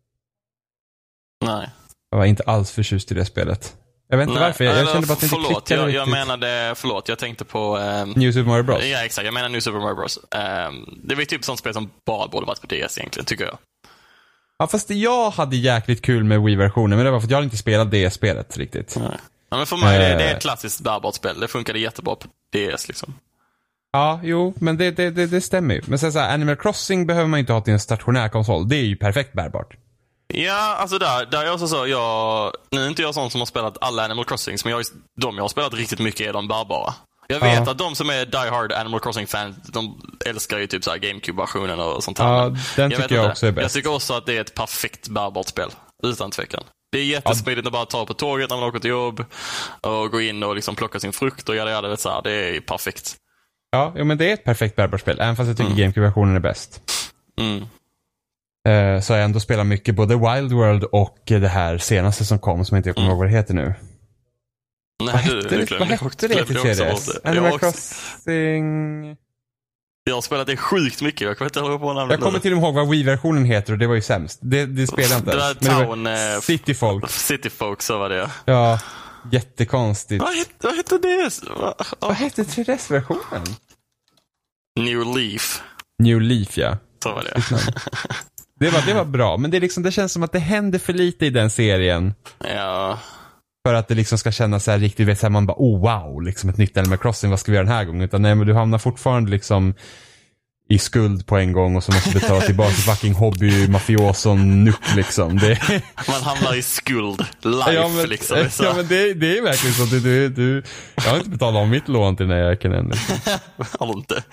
Nej. Jag var inte alls förtjust i det spelet. Jag vet inte Nej, varför. Jag, jag eller, kände bara att det inte förlåt, klickade jag, riktigt. jag menade, förlåt, jag tänkte på... Um, New Super Mario Bros. Ja, exakt. Jag menar New Super Mario Bros. Um, det var ju typ sånt spel som bara borde varit på D S egentligen, tycker jag. Ja, fast jag hade jäkligt kul med Wii-versionen, men det var för att jag hade inte spelat D S-spelet riktigt. Nej. Ja, men för mig uh, det, det är Eh. ett klassiskt bärbart spel. Det funkade jättebra på D S liksom. Ja, jo, men det, det, det, det stämmer ju. Men sen så här, Animal Crossing behöver man inte ha till en stationär konsol. Det är ju perfekt bärbart. Ja, alltså där, där jag också så, jag, nu är inte jag sån som har spelat alla Animal Crossings, men jag, de jag har spelat riktigt mycket är de bärbara. Jag vet ja. att de som är Die Hard Animal Crossing-fans, de älskar ju typ så här GameCube-versionen och sånt här. Ja, den jag tycker jag också är bäst. Jag tycker också att det är ett perfekt bärbart spel, utan tvekan. Det är jättesmidigt ja. att bara ta på tåget när man åker till jobb och gå in och liksom plocka sin frukt och göra det så här. Det är perfekt. Ja, men det är ett perfekt bärbart spel, även fast jag tycker mm. GameCube-versionen är bäst. Mm. Uh, så jag ändå spelar mycket både Wild World och det här senaste som kom, som jag inte kommer ihåg mm. vad det heter nu. Nej, vad du, hette det, vad hette det till tre D S? Animal Crossing... Jag har spelat det sjukt mycket. Jag kommer inte ihåg på namnet. Jag kommer till och med ihåg vad Wii-versionen heter och det var ju sämst. Det, det spelade inte ens. Det där Town... Det var City Folk. City Folk, så var det. Ja, jättekonstigt. Vad hette, vad hette det? Vad, vad hette tre D S-versionen? New Leaf. New Leaf, ja. Så var det. Det var, det var bra, men det, är liksom, det känns som att det händer för lite i den serien. Ja. För att det liksom ska kännas så här riktigt, vet, så här, man bara, oh wow, liksom ett nytt Animal Crossing, vad ska vi göra den här gången? Utan nej, men du hamnar fortfarande liksom i skuld på en gång och så måste du betala tillbaka till fucking hobby, mafioson, nuck liksom. Det... Man hamnar i skuld, life ja, men, liksom. Så. Ja, men det, det är verkligen så. Du, du, du, jag har inte betalat av mitt lån till den här jäkeln än. Liksom. Har du inte?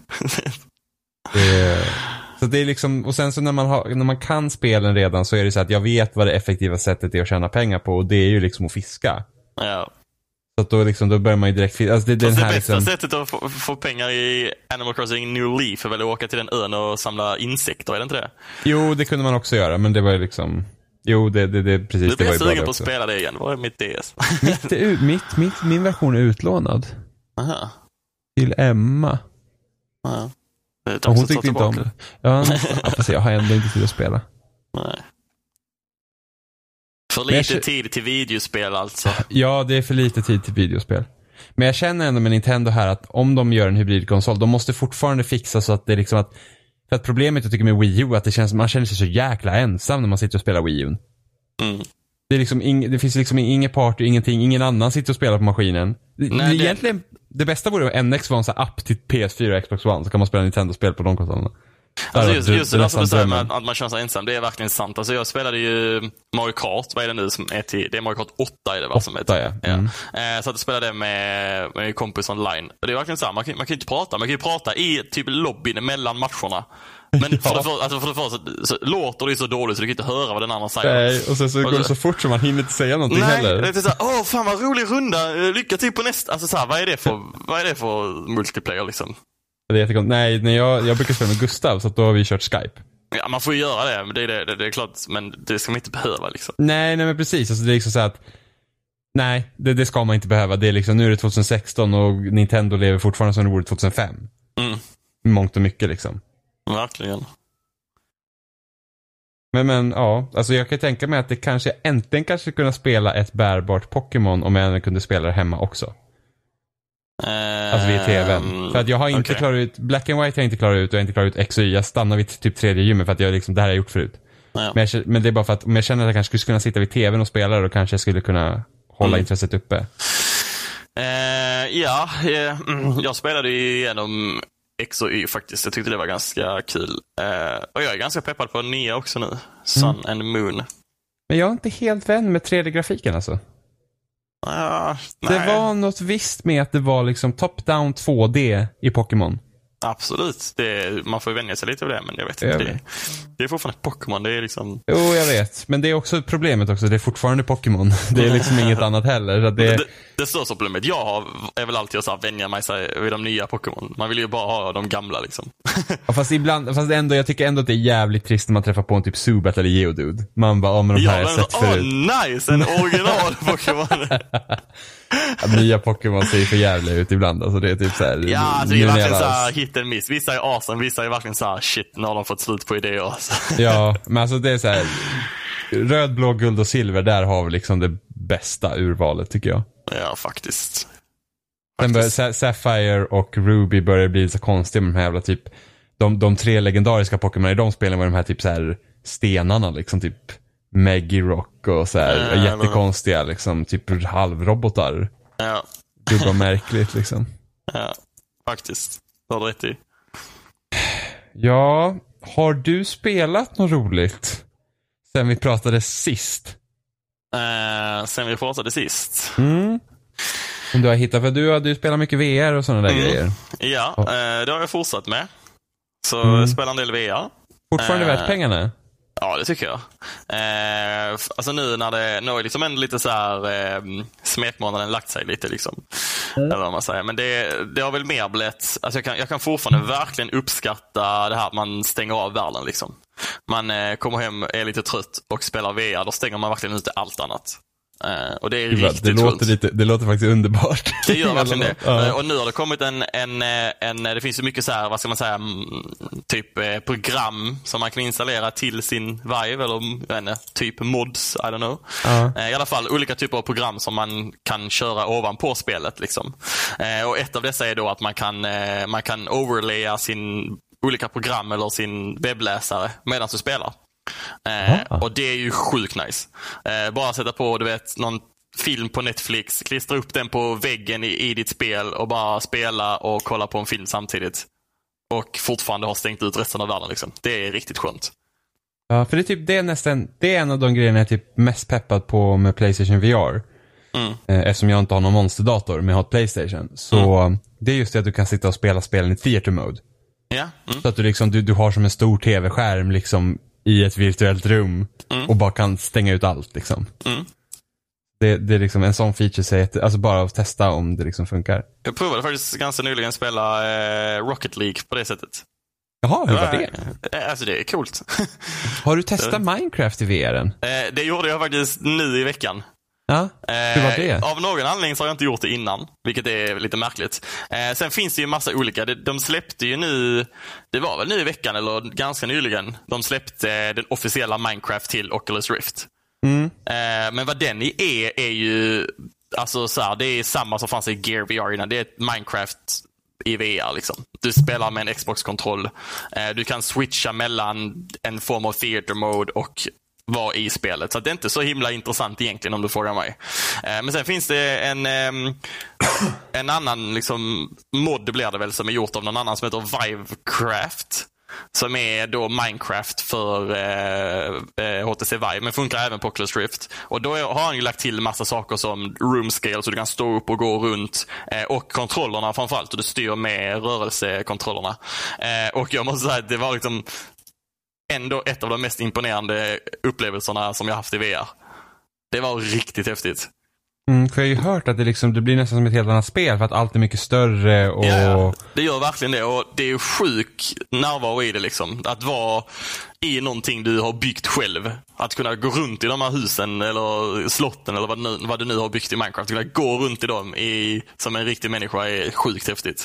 det, så det är liksom, och sen så när man, har, när man kan spelen redan så är det så att jag vet vad det effektiva sättet är att tjäna pengar på, och det är ju liksom att fiska. Ja. Så att då, liksom, då börjar man ju direkt alltså det, den det här bästa liksom... sättet att få, få pengar i Animal Crossing New Leaf är väl att åka till den ön och samla insekter, är det inte det? Jo, det kunde man också göra, men det var ju liksom... Jo, det, det, det precis. Du blir sugen på också. att spela det igen. Vad är mitt D S? mitt, ut, mitt, mitt, min version är utlånad. Aha. Till Emma. Ja. Det hon tyckte inte om det. Ja, jag, jag har ändå inte tid att spela. Nej. För lite jag... tid till videospel alltså. Ja, det är för lite tid till videospel. Men jag känner ändå med Nintendo här att om de gör en hybridkonsol, de måste fortfarande fixa så att det är liksom att... För att problemet jag tycker med Wii U att det känns, man känner sig så jäkla ensam när man sitter och spelar Wii U. Mm. Det, är liksom ing, det finns liksom inget party, ingenting, ingen annan sitter och spelar på maskinen. Nej, det, det... Egentligen, det bästa vore att N X var en sån här app till P S fyra och Xbox One, så kan man spela Nintendo-spel på de konsolerna. Alltså just, just det där som du säger med att, att man känner sig ensam, det är verkligen sant. Alltså jag spelade ju Mario Kart, vad är det nu som är till, det är Mario Kart åtta är det va som är till. Ja. Mm. Ja. Så att jag spelade det med, med en kompis online. Och det är verkligen så här, man kan, man kan inte prata, man kan ju prata i typ lobbyn mellan matcherna. Men ja. för, det för, alltså för det första så, så låter det så dåligt så du kan inte höra vad den andra säger. Nej, och sen så går det så fort så man hinner inte säga någonting nej, heller. Nej, det är så här, åh fan vad rolig runda, lycka till på nästa. Alltså så här, vad är det för, vad är det för multiplayer liksom? Det är jättekonstigt. Nej, nej jag, jag brukar spela med Gustav, så att då har vi kört Skype. Ja, man får ju göra det, men det är, det, det är klart, men det ska man inte behöva liksom. Nej, nej men precis. Alltså, det är liksom så att nej, det, det ska man inte behöva. Det är liksom, nu är det tjugohundrasexton och Nintendo lever fortfarande som det vore tjugohundrafem. Mm. Mångt och mycket liksom. Verkligen. Men, men ja, alltså jag kan tänka mig att det kanske äntligen kanske kunna spela ett bärbart Pokémon om jag ändå kunde spela det hemma också. Uh, alltså vid tvn. För att jag har inte okay. klarat ut, Black and White har jag inte klarat ut och jag har inte klarat ut X och Y. Jag stannar vid typ tredje gymmet för att jag liksom, det här har jag gjort förut. Ja. Men, jag, men det är bara för att om jag känner att jag kanske skulle kunna sitta vid tvn och spela då kanske jag skulle kunna hålla mm. intresset uppe. Uh, ja, uh, jag spelade ju igenom X och Y faktiskt. Jag tyckte det var ganska kul. Uh, och jag är ganska peppad på nya också nu. Sun mm. and Moon. Men jag är inte helt vän med tre D-grafiken alltså. Uh, det var något visst med att det var liksom top-down två D i Pokémon. Absolut. Det, man får ju vänja sig lite av det, men jag vet jag inte. Vet. Det, det är fortfarande Pokémon. Det är liksom... Jo, jag vet. Men det är också problemet också. Det är fortfarande Pokémon. Det är liksom inget annat heller. Så det... Det, det största problemet jag har är väl alltid att så här, vänja mig sig vid de nya Pokémon. Man vill ju bara ha de gamla liksom. Ja, fast ibland, fast ändå, jag tycker ändå att det är jävligt trist när man träffar på en typ Zubat eller Geodude. Man bara, ja men de här ja, har jag sett men, förut. Åh, nice! En original Pokémon. Ja, nya Pokémon ser ju för jävla ut ibland. Alltså det är typ så här. Ja, alltså, det är verkligen så här hit and miss. Vissa är awesome, vissa är verkligen så här shit, när de fått slut på idéer. Alltså. Ja, men alltså det är så här röd, blå, guld och silver, där har vi liksom det bästa urvalet tycker jag. Ja, faktiskt. Sen börjar Sapphire och Ruby börjar bli så konstiga med de här jävla typ de, de tre legendariska Pokémon i de spelen var de här typ så här stenarna liksom typ Magirock och så här äh, jättekonstiga liksom typ halvrobotar. Ja. Det var märkligt liksom. Ja, faktiskt. Det har rätt i. Ja, har du spelat något roligt sen vi pratade sist. Uh, sen vi pratade sist. Mm. Om du har hittat, för du har du spelat mycket V R och sådana där mm. grejer. Ja, oh. uh, det har jag fortsatt med. Så mm. jag spelar en del V R. Fortfarande uh, värt pengarna? Ja, det tycker jag. Eh, alltså nu när det nu är liksom ändå lite så här eh, smekmånaden lagt sig lite liksom. Mm. Eller vad man säger. Men det, det har väl mer blivit, alltså jag kan, jag kan fortfarande verkligen uppskatta det här att man stänger av världen liksom. Man eh, kommer hem, är lite trött och spelar V R, då stänger man verkligen ute allt annat. Uh, och det är det riktigt det låter, lite, det låter faktiskt underbart. Det gör verkligen det. Uh. Uh, och nu har det kommit en, en, en det finns ju mycket så här, vad ska man säga, typ eh, program som man kan installera till sin Vive eller inte, typ mods, I don't know. Uh. Uh, I alla fall olika typer av program som man kan köra ovanpå spelet liksom. Uh, och ett av dessa är då att man kan uh, man kan overlaya sin olika program eller sin webbläsare medan du spelar. Eh, och det är ju sjukt nice. Eh, bara sätta på, du vet, någon film på Netflix, klistra upp den på väggen i, i ditt spel och bara spela och kolla på en film samtidigt. Och fortfarande har stängt ut resten av världen liksom. Det är riktigt skönt. Ja, för det är typ det är nästan, det är en av de grejerna jag är typ mest peppad på med PlayStation V R. Mm. Eh, eftersom jag inte har någon monsterdator men jag har ett PlayStation. Så mm. det är just det att du kan sitta och spela spelen i theater mode. Ja. Mm. Så att du liksom, du, du har som en stor tv-skärm liksom i ett virtuellt rum mm. och bara kan stänga ut allt liksom. Mm. Det, det är liksom en sån feature, säger, alltså bara att testa om det liksom funkar. Jag provade faktiskt ganska nyligen att spela eh, Rocket League på det sättet. Jaha, hur var det? Eh, alltså det är coolt. Har du testat Minecraft i V R? Eh, det gjorde jag faktiskt nu i veckan. Ja, hur var det? Eh, av någon anledning så har jag inte gjort det innan, vilket är lite märkligt. Eh, sen finns det ju massa olika. De, de släppte ju nu, det var väl nu i veckan eller ganska nyligen, de släppte den officiella Minecraft till Oculus Rift. Mm. Eh, men vad den är, är ju, alltså så här, det är samma som fanns i Gear V R innan. Det är ett Minecraft i V R liksom. Du spelar med en Xbox-kontroll. Eh, du kan switcha mellan en form av theater mode och var i spelet. Så det är inte så himla intressant egentligen om du frågar mig. Eh, men sen finns det en eh, en annan liksom mod blir det väl som är gjort av någon annan som heter Vivecraft. Som är då Minecraft för eh, H T C Vive, men funkar även på Oculus Rift. Och då har han ju lagt till massa saker som room scale så du kan stå upp och gå runt. Eh, och kontrollerna framförallt, och du styr med rörelsekontrollerna. Eh, och jag måste säga att det var liksom ändå ett av de mest imponerande upplevelserna som jag haft i V R. Det var riktigt häftigt. Mm, för jag har ju hört att det, liksom, det blir nästan som ett helt annat spel för att allt är mycket större. Och... Ja, det gör verkligen det. Och det är ju sjuk närvaro i det liksom. Att vara i någonting du har byggt själv. Att kunna gå runt i de här husen eller slotten eller vad, nu, vad du nu har byggt i Minecraft. Att kunna gå runt i dem i, som en riktig människa är sjukt häftigt.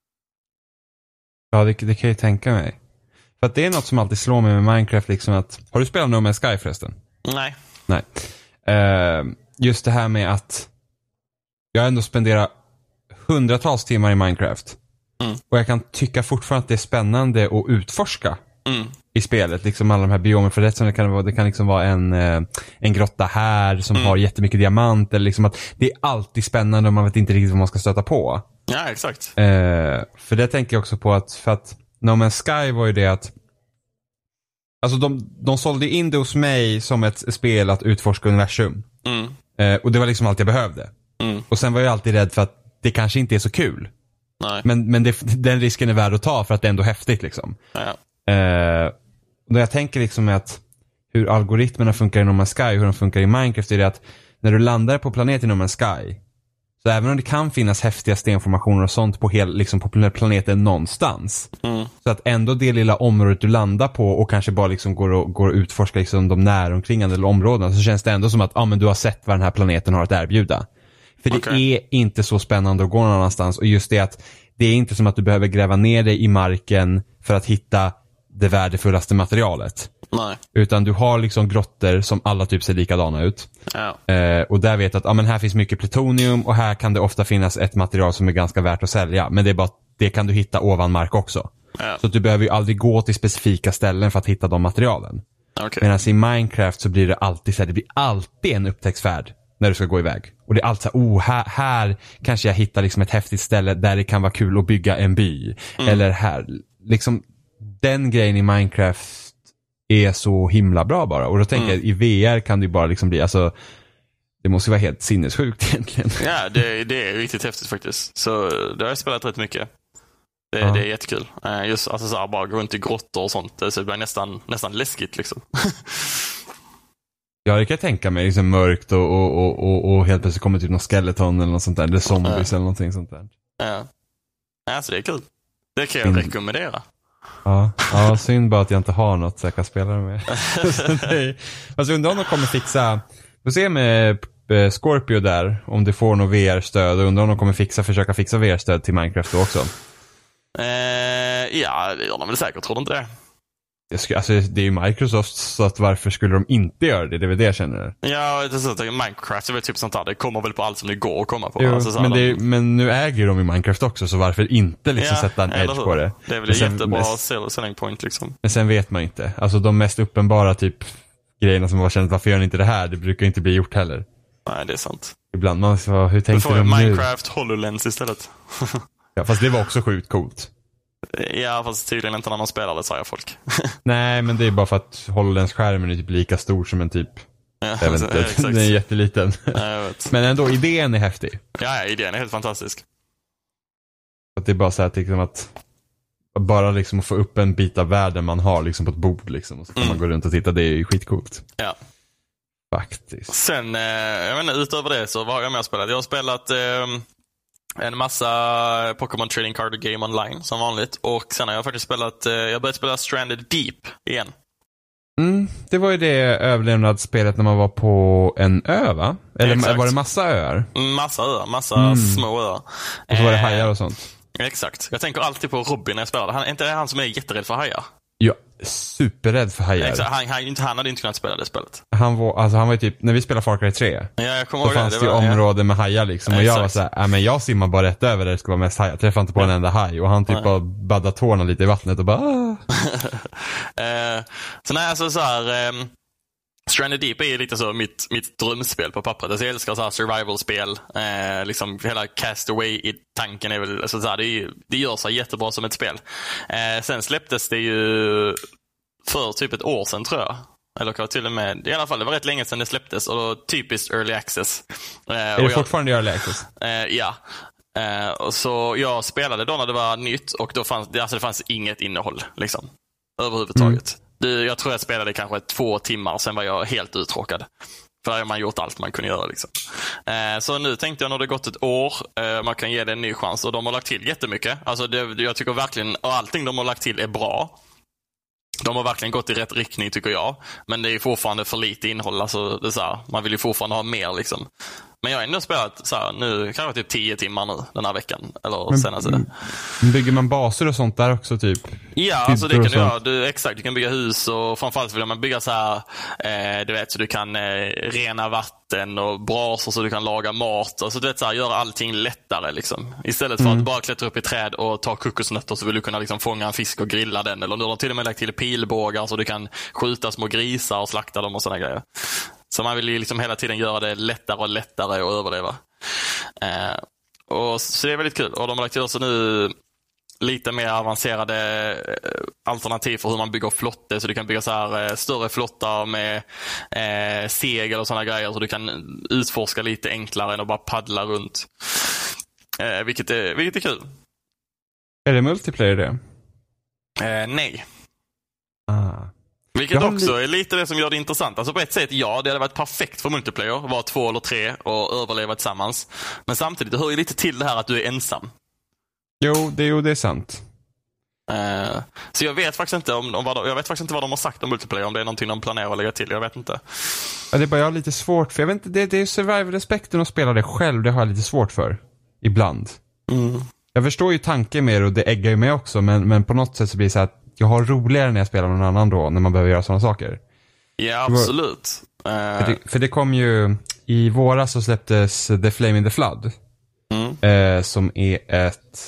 Ja, det, det kan jag ju tänka mig. För att det är något som alltid slår mig med Minecraft liksom att... Har du spelat No Man's Sky förresten? Nej. Nej. Uh, just det här med att jag ändå spenderar hundratals timmar i Minecraft. Mm. Och jag kan tycka fortfarande att det är spännande att utforska mm. i spelet. Liksom alla de här biomer. För det, som det, kan vara, det kan liksom vara en, uh, en grotta här som mm. har jättemycket diamant. Eller liksom att det är alltid spännande och man vet inte riktigt vad man ska stöta på. Ja, exakt. Uh, för det tänker jag också på att... För att No Man's Sky var ju det att alltså de, de sålde in det hos mig som ett spel att utforska universum. Mm. Eh, och det var liksom allt jag behövde. Mm. Och sen var jag alltid rädd för att det kanske inte är så kul. Nej. Men, men det, den risken är värd att ta för att det är ändå häftigt liksom. Ja. Eh, och då jag tänker liksom att hur algoritmerna funkar i No Man's Sky och hur de funkar i Minecraft är det att när du landar på planeten i No Man's Sky, så även om det kan finnas häftiga stenformationer och sånt på, hel, liksom på planeten någonstans. Mm. Så att ändå det lilla området du landar på och kanske bara liksom går och, går och utforskar liksom de näromkringande områdena, så känns det ändå som att ah, men du har sett vad den här planeten har att erbjuda. För okay. det är inte så spännande att gå någon annanstans. Och just det att det är inte som att du behöver gräva ner dig i marken för att hitta det värdefullaste materialet. Nej. Utan du har liksom grottor som alla typ ser likadana ut. Ja. Eh, och där vet att ah, men här finns mycket plutonium och här kan det ofta finnas ett material som är ganska värt att sälja. Men det är bara det kan du hitta ovan mark också. Ja. Så att du behöver ju aldrig gå till specifika ställen för att hitta de materialen. Okay. Medan i Minecraft så blir det alltid så här, det blir alltid en upptäcktsfärd när du ska gå iväg. Och det är alltid så här, oh, här, här kanske jag hittar liksom ett häftigt ställe där det kan vara kul att bygga en by. Mm. Eller här, liksom den grejen i Minecraft är så himla bra bara. Och då tänker mm. jag, i V R kan det ju bara liksom bli, alltså det måste ju vara helt sinnessjukt egentligen. Ja, det, det är riktigt häftigt faktiskt. Så det har jag spelat rätt mycket. Det, ja. det är jättekul. Just alltså, så här, bara gå runt i grottor och sånt. Så det blir nästan, nästan läskigt liksom. Ja, det kan jag tänka mig. Liksom mörkt och, och, och, och, och helt plötsligt kommer typ någon skeleton eller något sånt där. Eller zombies ja. eller någonting sånt där. Ja, alltså det är kul. Det kan jag mm. rekommendera. Ja, ja, synd bara att jag inte har något så jag kan spela det med. Alltså undrar om de kommer fixa, vi får se med Scorpio där, om det får något V R-stöd, och undrar om de kommer fixa, försöka fixa V R-stöd till Minecraft då också. Eh, ja, det gör de väl säkert, tror du inte det? Det, ska, alltså, det är ju Microsoft, så att varför skulle de inte göra det? Det är väl det jag känner. Ja, det är så att Minecraft är väl typ sånt där. Det kommer väl på allt som det går att komma på. Jo, alltså, men, de... det, men nu äger de i Minecraft också, så varför inte liksom ja, sätta en edge på det? Det är väl en jättebra men, selling point liksom. Men sen vet man inte. Alltså de mest uppenbara typ grejerna som man känner, varför gör ni inte det här? Det brukar inte bli gjort heller. Nej, det är sant. Ibland man så, hur tänkte de nu? Minecraft HoloLens istället. Ja, fast det var också sjukt coolt. Ja, fast tydligen inte när man spelar det, säger folk. Nej, men det är bara för att HoloLens-skärmen är typ lika stor som en typ. Ja, jag vet inte, ja, den är jätteliten. Ja, jag vet. Men ändå, idén är häftig. Ja, idén är helt fantastisk. Att det är bara så här liksom att bara liksom få upp en bit av världen man har liksom på ett bord liksom, och så kan mm. man gå runt och titta, det är ju skitcoolt. Ja. Faktiskt. Sen, eh, jag vet inte, utöver det så vad har jag med att spela? Jag har spelat eh, en massa Pokémon Trading Card Game Online som vanligt, och sen har jag faktiskt spelat, eh, jag har börjat spela Stranded Deep igen. Mm, det var ju det överlevnadsspelet när man var på en ö, va? Eller exakt. Var det massa öar? Massa öar, massa mm. små öar. Och så var det hajar och sånt. Eh, exakt. Jag tänker alltid på Robin när jag spelar. Han är inte det han som är jätterädd för hajar? Ja, superrädd för hajar. Exakt. Han, han, han hade inte kunnat spela det spelet. Han var, alltså han var ju typ, när vi spelade Far Cry tre, ja, jag kommer då ihåg fanns det, det ju var, områden ja. med hajar liksom. Och ja, jag var såhär, äh, men jag simmar bara rätt över där det ska vara mest hajar. Jag träffade inte på ja. en enda haj. Och han typ ja. bara baddade tårna lite i vattnet och bara eh, Så nej, alltså så här, eh, Stranded Deep är ju lite så mitt, mitt drömspel på pappret. Alltså jag älskar så här survival-spel. Eh, liksom hela Castaway i tanken är väl, alltså så här, det, är, det gör sig jättebra som ett spel. Eh, sen släpptes det ju för typ ett år sedan, tror jag. Eller kanske till och med, i alla fall det var rätt länge sedan det släpptes, och då typiskt early access. Eh, är det fortfarande jag, early access? Eh, ja. Eh, och så jag spelade då när det var nytt, och då fanns det, alltså det fanns inget innehåll liksom, överhuvudtaget. Mm. Det, jag tror jag spelade kanske två timmar, sen var jag helt uttråkad. För där har man gjort allt man kunde göra liksom. Eh, så nu tänkte jag, när det gått ett år, eh, man kan ge det en ny chans, och de har lagt till jättemycket. Alltså det, jag tycker verkligen, och allting de har lagt till är bra. De har verkligen gått i rätt riktning, tycker jag. Men det är fortfarande för lite innehåll. Alltså, det är så här, man vill ju fortfarande ha mer liksom. Men jag har ändå spelat så här, nu kanske typ tio timmar nu den här veckan. Eller men, senaste. Bygger man baser och sånt där också typ? Ja, alltså det kan du göra. Du, exakt, du kan bygga hus, och framförallt vill man bygga så här, eh, du vet, så du kan eh, rena vatten och brasor så du kan laga mat. Alltså du vet så här, göra allting lättare liksom. Istället för mm. att bara klättra upp i träd och ta kokosnötter, så vill du kunna liksom fånga en fisk och grilla den. Eller nu har de till och med lagt till pilbågar så du kan skjuta små grisar och slakta dem och sådana grejer. Så man vill ju liksom hela tiden göra det lättare och lättare att överleva. Eh, och så det är väldigt kul. Och de har lagt till också nu lite mer avancerade alternativ för hur man bygger flotte. Så du kan bygga så här större flottar med eh, segel och sådana grejer. Så du kan utforska lite enklare än att bara paddla runt. Eh, vilket, är, vilket är kul. Är det multiplayer det? Eh, nej. Ah. Vilket också är lite det som gör det intressant. Alltså på ett sätt, ja, det hade varit perfekt för multiplayer. Vara två eller tre och överleva tillsammans. Men samtidigt, det hör ju lite till det här att du är ensam. Jo, det, jo, det är sant. Uh, så jag vet faktiskt inte om, om vad de, jag vet faktiskt inte vad de har sagt om multiplayer. Om det är någonting de planerar att lägga till, jag vet inte. Ja, det är bara jag har lite svårt för. Jag vet inte, det, det är survival-aspekten att spela det själv. Det har jag lite svårt för. Ibland. Mm. Jag förstår ju tanken med det, och det äggar ju mig också. Men, men på något sätt så blir det så att jag har roligare när jag spelar med någon annan då, när man behöver göra sådana saker. Ja, absolut. Uh... För, det, för det kom ju, i våras så släpptes The Flame in the Flood. Mm. Eh, som är ett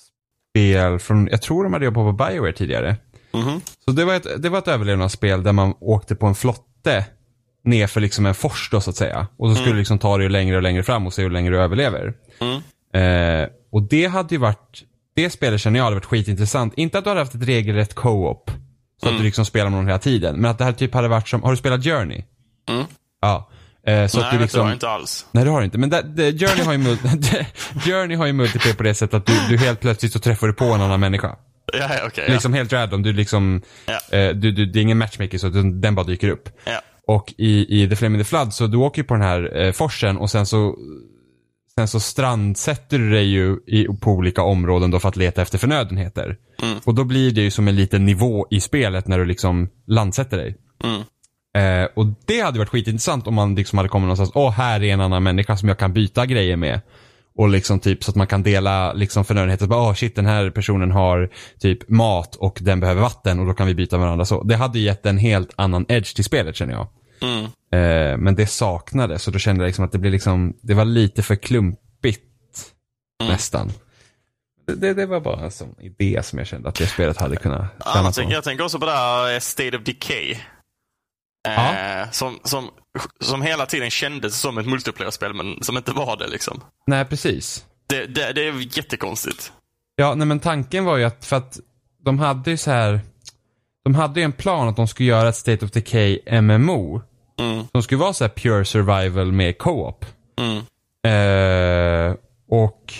spel från, jag tror de hade jobbat på BioWare tidigare. Mm. Så det var, ett, det var ett överlevnadsspel där man åkte på en flotte ner för liksom en fors då, så att säga. Och så skulle mm. du liksom ta dig längre och längre fram och se hur länge du överlever. Mm. Eh, och det hade ju varit, det spelet känner jag hade varit skitintressant. Inte att du hade haft ett regelrätt co-op Så Mm. att du liksom spelar med någon hela tiden. Men att det här typ hade varit som, har du spelat Journey? Mm. Ja. Eh, så Nej, att du liksom, det har jag inte alls. Nej, det har du inte. Men det, det, Journey har ju multi, Journey har ju multiplayer på det sättet att du, du helt plötsligt så träffar du på en annan människa. Ja, okej. Okay, liksom ja. helt random. Du liksom, Ja. eh, du, du, det är ingen matchmaker så den, den bara dyker upp. Ja. Och i, i The Flame in the Flood så du åker ju på den här eh, forsen och sen så sen så strandsätter du dig ju i, på olika områden då för att leta efter förnödenheter. Mm. Och då blir det ju som en liten nivå i spelet när du liksom landsätter dig. Mm. Eh, och det hade varit skitintressant om man liksom hade kommit någonstans, åh här är en annan människa som jag kan byta grejer med. Och liksom typ så att man kan dela liksom förnödenheter. Åh oh, shit, den här personen har typ mat och den behöver vatten och då kan vi byta med varandra så. Det hade ju gett en helt annan edge till spelet känner jag. Mm. Eh, men det saknades så då kände jag liksom att det blev liksom, det var lite för klumpigt Mm. nästan. Det, det, det var bara en sån idé som jag kände att det spelet hade kunnat Ja, tjäna jag, tänker, på. jag tänker också på det här State of Decay. Ja. Eh, som, som, som hela tiden kändes som ett multiplayer-spel men som inte var det liksom. Nej, precis. Det, det, det är jättekonstigt. Ja, nej men tanken var ju att, för att de hade ju så här, de hade ju en plan att de skulle göra ett State of Decay M M O. Mm. Som skulle vara så här pure survival med co-op. Mm. Eh, och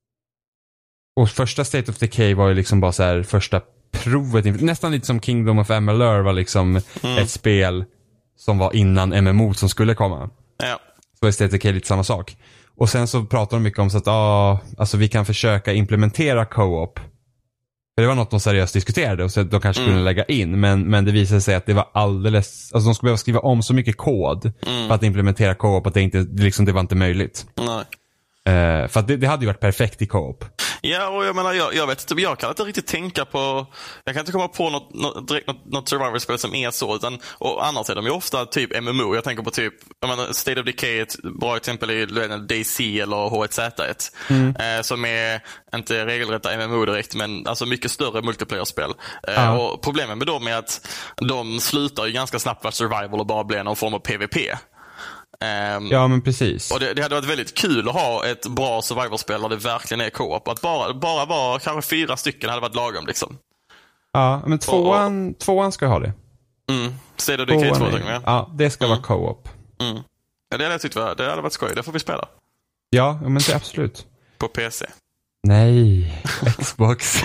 och första State of Decay var ju liksom bara så här första provet, nästan lite som Kingdom of Amalur var liksom Mm. ett spel som var innan M M O som skulle komma. Ja. Så är State of Decay lite samma sak. Och sen så pratar de mycket om så att ah, alltså vi kan försöka implementera co-op. För det var något de seriöst diskuterade och så de kanske Mm. kunde lägga in. Men, men det visade sig att det var alldeles, alltså de skulle behöva skriva om så mycket kod Mm. för att implementera co-op att det inte, liksom, det var inte möjligt. Nej. Uh, för att det, det hade ju varit perfekt i co-op. Ja, och jag menar, jag, jag vet inte, jag kan inte riktigt tänka på, jag kan inte komma på något, något, direkt något, något survival-spel som är så, utan, och annars är de ju ofta typ M M O. Jag tänker på typ, jag menar, State of Decay är ett bra exempel i D C eller H ett Z ett, mm. eh, som är inte regelrätta M M O direkt, men alltså mycket större multiplayer-spel. Eh, ja. Och problemet med dem är att de slutar ju ganska snabbt vara survival och bara blir någon form av PvP. Um, ja, men precis. Och det, det hade varit väldigt kul att ha ett bra survival-spel där det verkligen är co-op. Att bara, bara vara kanske fyra stycken hade varit lagom liksom. Ja, men tvåan, och, tvåan ska ha det. Mm, State of Decay två gånger. Ja, det ska mm. vara co-op. Mm. Ja, det hade jag tyckt var, det hade varit skoj. Det får vi spela. Ja, men det är absolut. På P C. Nej, Xbox.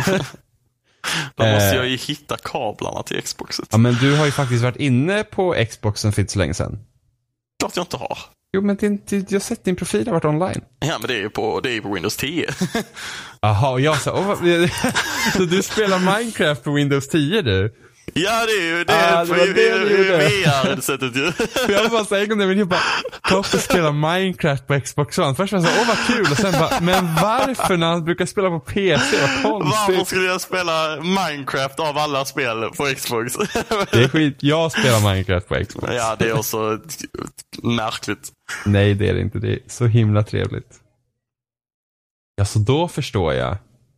Då måste jag ju hitta kablarna till Xboxet. Ja, men du har ju faktiskt varit inne på Xboxen för inte så länge sedan. Klart jag inte har. Jo, men din, din, jag har sett din profil har varit online. Ja, men det är ju på, det är på Windows tio. Jaha, och jag sa, oh, så du spelar Minecraft på Windows tio du? Ja, det är ju det är ah, det, det, det, det, det. V R-sättet ju. Jag bara så en gång när jag bara, Koppe spelar Minecraft på Xbox One. Först var jag så, åh vad kul. Och sen bara, men varför när han brukar spela på P C? Vad konstigt. Varför skulle jag spela Minecraft av alla spel på Xbox? Det är skit, jag spelar Minecraft på Xbox. Ja, det är också märkligt. Nej, det är det inte. Det är så himla trevligt. Ja, så då förstår jag.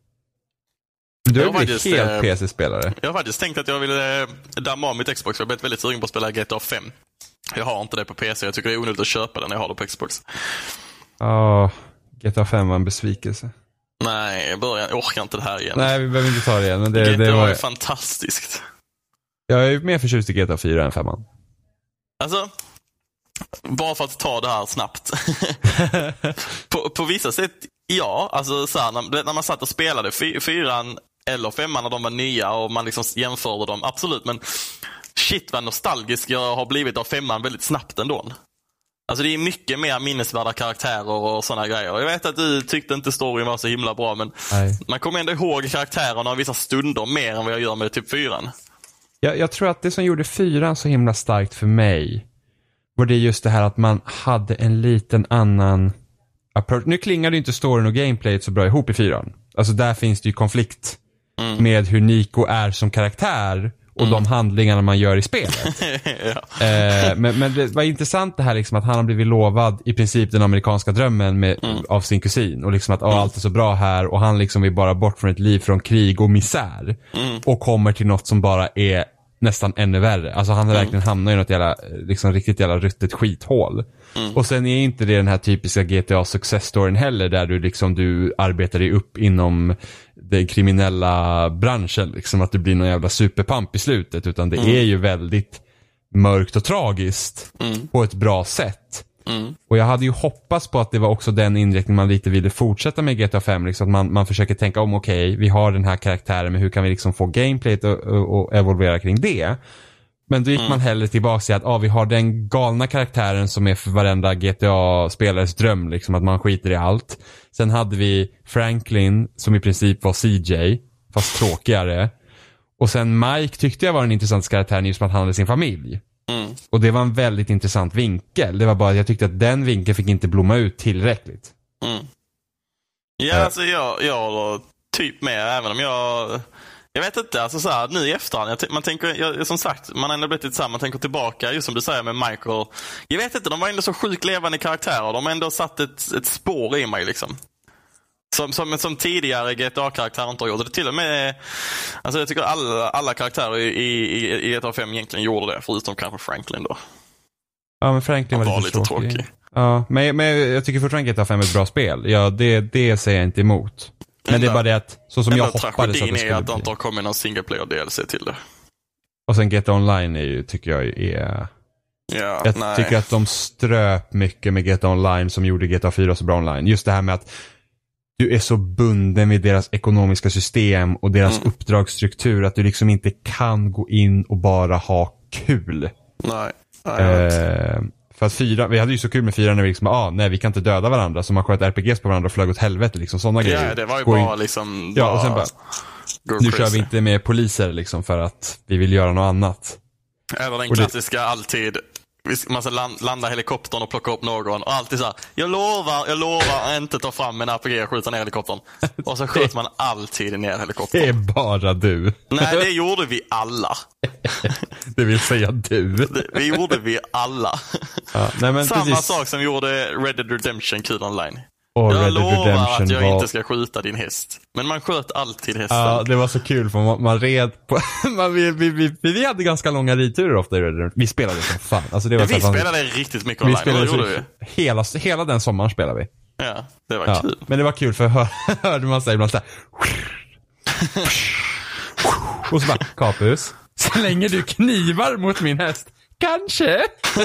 Du är faktiskt helt P C-spelare. Jag har faktiskt tänkt att jag ville damma av mitt Xbox. Jag har blivit väldigt sugen på att spela G T A fem. Jag har inte det på P C. Jag tycker det är onödigt att köpa det när jag har det på Xbox. Ja, oh, G T A fem var en besvikelse. Nej, jag, börjar, jag orkar inte det här igen. Nej, vi behöver inte ta det igen. Men det, G T A det var är fantastiskt. Jag är mer förtjust i G T A fyra än femman. Alltså, bara för att ta det här snabbt. på, på vissa sätt, ja. Alltså så här, när, när man satt och spelade fy, fyran eller femman när de var nya och man liksom jämförde dem, absolut. Men shit vad nostalgisk jag har blivit av femman väldigt snabbt ändå. Alltså det är mycket mer minnesvärda karaktärer och sådana grejer. Jag vet att du tyckte inte storyn var så himla bra, men nej. Man kommer ändå ihåg karaktärerna och vissa stunder mer än vad jag gör med typ fyran. Jag, jag tror att det som gjorde fyran så himla starkt för mig var det just det här att man hade en liten annan approach. Nu klingar det inte storyn och gameplayet så bra ihop i fyran. Alltså där finns det ju konflikt mm. med hur Nico är som karaktär och mm. de handlingarna man gör i spelet. ja. eh, men, men det var intressant det här liksom att han har blivit lovad i princip den amerikanska drömmen med, mm. av sin kusin. Och liksom att mm. allt är så bra här och han liksom vill bara bort från ett liv från krig och misär. Mm. Och kommer till något som bara är nästan ännu värre. Alltså han har mm. verkligen hamnat i något jävla, liksom riktigt jävla ruttet skithål. Mm. Och sen är inte det den här typiska G T A success-storyn heller, där du liksom du arbetar dig upp inom den kriminella branschen, liksom att du blir någon jävla superpamp i slutet, utan det mm. är ju väldigt mörkt och tragiskt mm. på ett bra sätt. Mm. Och jag hade ju hoppats på att det var också den inriktning man lite ville fortsätta med G T A fem, liksom att man, man försöker tänka om, okej, okay, vi har den här karaktären, men hur kan vi liksom få gameplayet och, och, och evolvera kring det? Men då gick mm. man hellre tillbaka till att ah, vi har den galna karaktären som är för varenda G T A-spelares dröm, liksom att man skiter i allt. Sen hade vi Franklin som i princip var C J, fast tråkigare. Och sen Mike tyckte jag var en intressant karaktär just för att han hade sin familj. Mm. Och det var en väldigt intressant vinkel. Det var bara att jag tyckte att den vinkeln fick inte blomma ut tillräckligt. Mm. Ja, uh. alltså jag, jag håller typ med, även om jag... Jag vet inte, alltså så här, nu i efterhand, jag, man tänker, jag, som sagt, man har ändå blivit tillsammans, man tänker tillbaka, just som du säger med Michael. Jag vet inte, de var ändå så sjukt levande karaktärer, de har ändå satt ett, ett spår i mig liksom. Som, som, som tidigare G T A-karaktärer inte har gjort. Det till och med, alltså jag tycker alla, alla karaktärer i, i, i G T A fem egentligen gjorde det, förutom kanske Franklin då. Ja, men Franklin var, var lite, lite tråkig. tråkig. Ja, men, men jag tycker fortfarande G T A fem är ett bra spel. Ja, det, det säger jag inte emot. Men enda, det är bara det att, så som jag hoppades att det skulle bli. Tragedin är att det inte har kommit någon single player D L C till det. Och sen G T A Online är ju, tycker jag är... Ja, jag nej. tycker att de ströp mycket med G T A Online som gjorde G T A fyra så bra online. Just det här med att du är så bunden vid deras ekonomiska system och deras mm. uppdragsstruktur att du liksom inte kan gå in och bara ha kul. Nej, nej eh, för att fyra, vi hade ju så kul med fyra när vi liksom, ah, nej vi kan inte döda varandra, så man sköt R P Gs på varandra och flög åt helvete liksom, sådana ja, grejer. Ja, det var ju bara in, liksom ja, och sen bara nu kör vi inte med poliser liksom för att vi vill göra något annat. Eller den klassiska det, alltid man ska landa helikoptern och plocka upp någon och alltid så här, jag lovar, jag lovar inte ta fram en R P G och skjuta ner helikoptern. Och så skjuter man alltid ner helikoptern. Det är bara du. Nej, det gjorde vi alla. Det vill säga du. Det, vi gjorde vi alla. Ja, nej, men samma precis. sak som gjorde Red Dead Redemption kul online. Och jag Red Dead lovar Redemption att jag var... inte ska skjuta din häst. Men man sköt alltid hästen. Ja, det var så kul för man, man red på... man, vi, vi, vi, vi hade ganska långa ridturer ofta i Red Dead. Vi spelade som fan. Alltså, det var ja, vi så spelade fan... riktigt mycket online. Vi spelade så, gjorde vi? Hela, hela den sommaren spelade vi. Ja, det var ja, kul. Men det var kul för hör, hörde man sig ibland så här... och så bara, Kapus, slänger du knivar mot min häst? Kanske.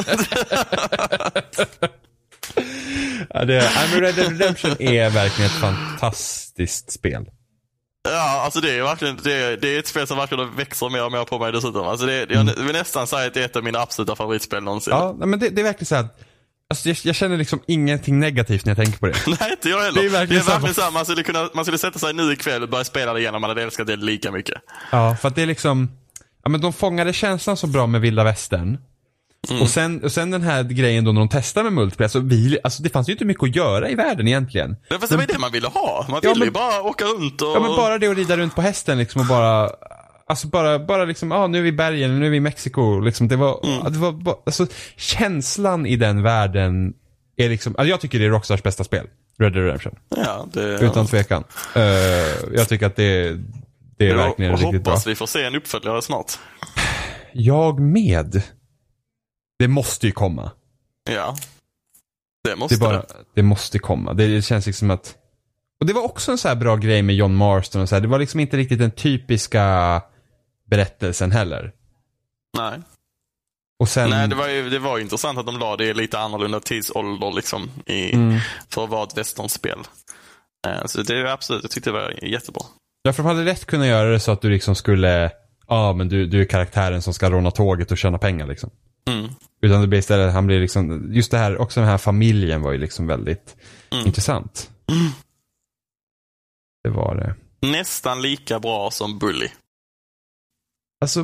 Ja, det, I mean, Red Dead Redemption är verkligen ett fantastiskt spel. Ja, alltså det är verkligen det, det är ett spel som verkligen växer mer och mer på mig dessutom. Alltså det, det, jag vill nästan säga att det är ett av mina absoluta favoritspel någonsin. Ja, men det, det är verkligen så här. Alltså jag, jag känner liksom ingenting negativt när jag tänker på det. Nej, inte jag heller. Det är verkligen, det är verkligen samma. Man skulle, kunna, man skulle sätta sig nu ikväll och börja spela det igenom. Man hade älskat det lika mycket. Ja, för att det är liksom... Ja, men de fångade känslan så bra med Vilda Västern. Mm. Och, sen, och sen den här grejen då när de testar med multiplayer, så vi, alltså det fanns ju inte mycket att göra i världen egentligen. Ja, fast det var ju det man ville ha. Man ville ja, men, ju bara åka runt och... Ja, men bara det att rida runt på hästen liksom och bara... Alltså bara, bara liksom, ah, nu är vi i bergen, nu är vi i Mexiko. Liksom, det var, mm. det var bara, alltså, känslan i den världen är liksom... Alltså jag tycker det är Rockstars bästa spel. Red Dead Redemption. Ja, det... Utan tvekan. Uh, jag tycker att det, det är ja, verkligen riktigt bra. Jag hoppas vi får se en uppföljare snart. Jag med... Det måste ju komma. Ja. Det måste det. Bara, det. det måste komma. Det, det känns liksom att... Och det var också en så här bra grej med John Marston och så här. Det var liksom inte riktigt den typiska berättelsen heller. Nej. Och sen... Nej, det var ju det var ju intressant att de la det i lite annorlunda tidsålder liksom i, mm. för att vara ett westernspel. Så det är absolut, jag tyckte det var jättebra. Ja, för de hade lätt kunnat göra det så att du liksom skulle... Ja, ah, men du, du är karaktären som ska råna tåget och tjäna pengar liksom. Mm. Utan det blir istället, han blir liksom, just det här, också den här familjen var ju liksom väldigt mm. intressant. Mm. Det var det. Nästan lika bra som Bully. Alltså,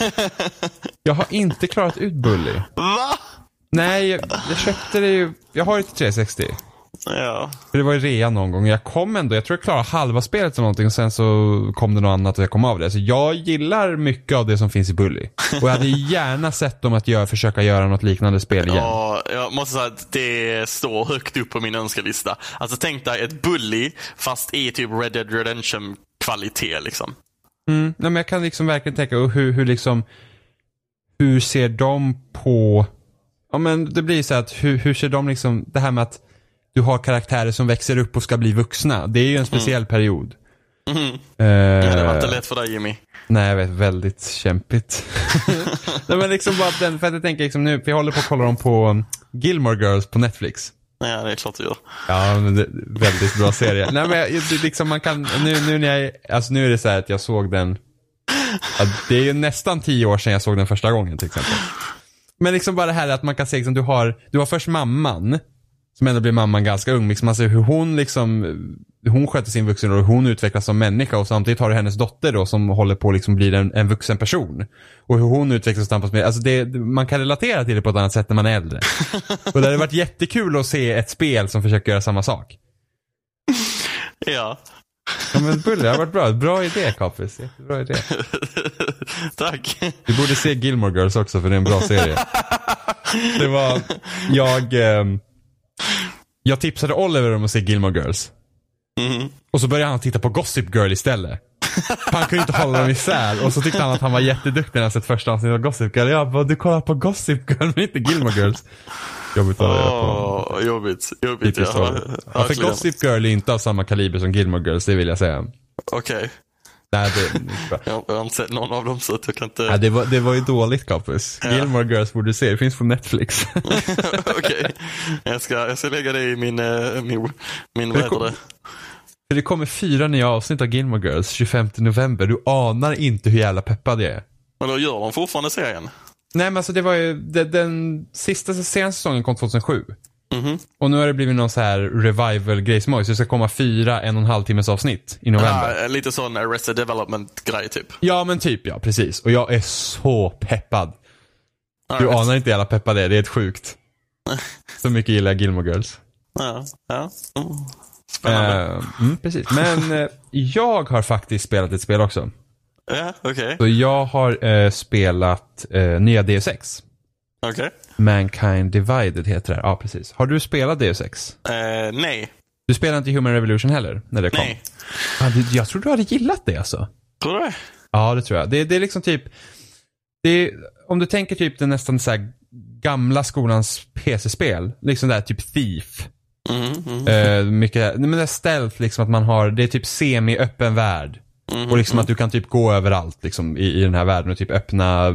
jag har inte klarat ut Bully. Va? Nej, jag, jag köpte det ju, jag har ju till trehundrasextio. Ja. För det var ju rea någon gång. Jag kom ändå, jag tror jag klarade halva spelet eller någonting och sen så kom det något annat och jag kom av det. Så jag gillar mycket av det som finns i Bully. Och jag hade gärna sett dem att göra, försöka göra något liknande spel igen. Ja, jag måste säga att det står högt upp på min önskelista. Alltså tänk dig ett Bully fast i typ Red Dead Redemption kvalitet liksom. Mm, nej, men jag kan liksom verkligen tänka hur, hur liksom hur ser de på Ja, men det blir så att hur, hur ser de liksom, det här med att du har karaktärer som växer upp och ska bli vuxna. Det är ju en speciell mm. period. Mm. Uh, ja, det var inte lätt för dig, Jimmy. Nej, jag vet, väldigt kämpigt. Nej, men liksom bara den, för att jag tänker liksom nu, för jag håller på att kolla dem på Gilmore Girls på Netflix. Ja, det är klart du gör. Ja, men det, väldigt bra serie. Nej, men jag, liksom man kan, nu, nu när jag, alltså nu är det så här att jag såg den, ja, det är ju nästan tio år sedan jag såg den första gången till exempel. Men liksom bara det här att man kan se liksom, du har, du har först mamman, som ändå blir mamman ganska ung, liksom man ser hur hon liksom, hon sköter sin vuxen och hon utvecklas som människa, och samtidigt har du hennes dotter då som håller på liksom bli en, en vuxen person, och hur hon utvecklas och stampas med, alltså det, man kan relatera till det på ett annat sätt när man är äldre. Och det hade varit jättekul att se ett spel som försöker göra samma sak. Ja. Ja, men Bulle, det har varit bra. Bra idé, Kapis. Bra idé. Tack. Du borde se Gilmore Girls också, för det är en bra serie. Det var, jag eh, jag tipsade Oliver om att se Gilmore Girls. Mm. Och så började han titta på Gossip Girl istället. Han kunde inte hålla dem isär. Och så tyckte han att han var jätteduktig när han sett första avsnittet av Gossip Girl. Jag bara, du kollar på Gossip Girl men inte Gilmore Girls. Jobbigt att oh, på. Jobbigt, jobbigt. Ja, ja, för Gossip Girl är inte av samma kaliber som Gilmore Girls, det vill jag säga. Okej. Okay. Nej, det, jag har inte sett någon av dem så att jag kan inte... Nej, det, var, det var ju dåligt, Kapus. Ja. Gilmore Girls borde du se, det finns på Netflix. Okej, okay. jag, ska, jag ska lägga det i min, min, min vad heter det? För det kommer fyra nya avsnitt av Gilmore Girls tjugofemte november. Du anar inte hur jävla peppad jag är. Men då gör de fortfarande serien? Nej, men alltså det var ju den, den sista senaste säsongen kom tjugohundrasju. Mm-hmm. Och nu har det blivit någon så här revival-grej som så det ska komma fyra en och en halv timmes avsnitt i november. Ja, lite sån Arrested Development-grej typ. Ja, men typ, ja, precis. Och jag är så peppad. All du right. anar inte jävla peppad det är, det är ett sjukt. Så mycket gillar jag Gilmore Girls. Ja, ja. Mm. Spännande. Uh, mm, precis. Men uh, jag har faktiskt spelat ett spel också. Ja, okej. Okay. Så jag har uh, spelat uh, nya Deus Ex. Okej. Okay. Mankind Divided heter det. Ja, precis. Har du spelat Deus Ex? Uh, nej. Du spelade inte Human Revolution heller när det kom? Nej. Ah, det, jag tror du hade gillat det alltså. Tror du det? Ja, det tror jag. Det, det är liksom typ... Det är, om du tänker typ den nästan så här gamla skolans P C-spel. Liksom där typ Thief. Mm, mm. Uh, mycket, men det är stealth liksom att man har, det är typ semi-öppen värld. Mm, och liksom mm. att du kan typ gå överallt liksom i, i den här världen och typ öppna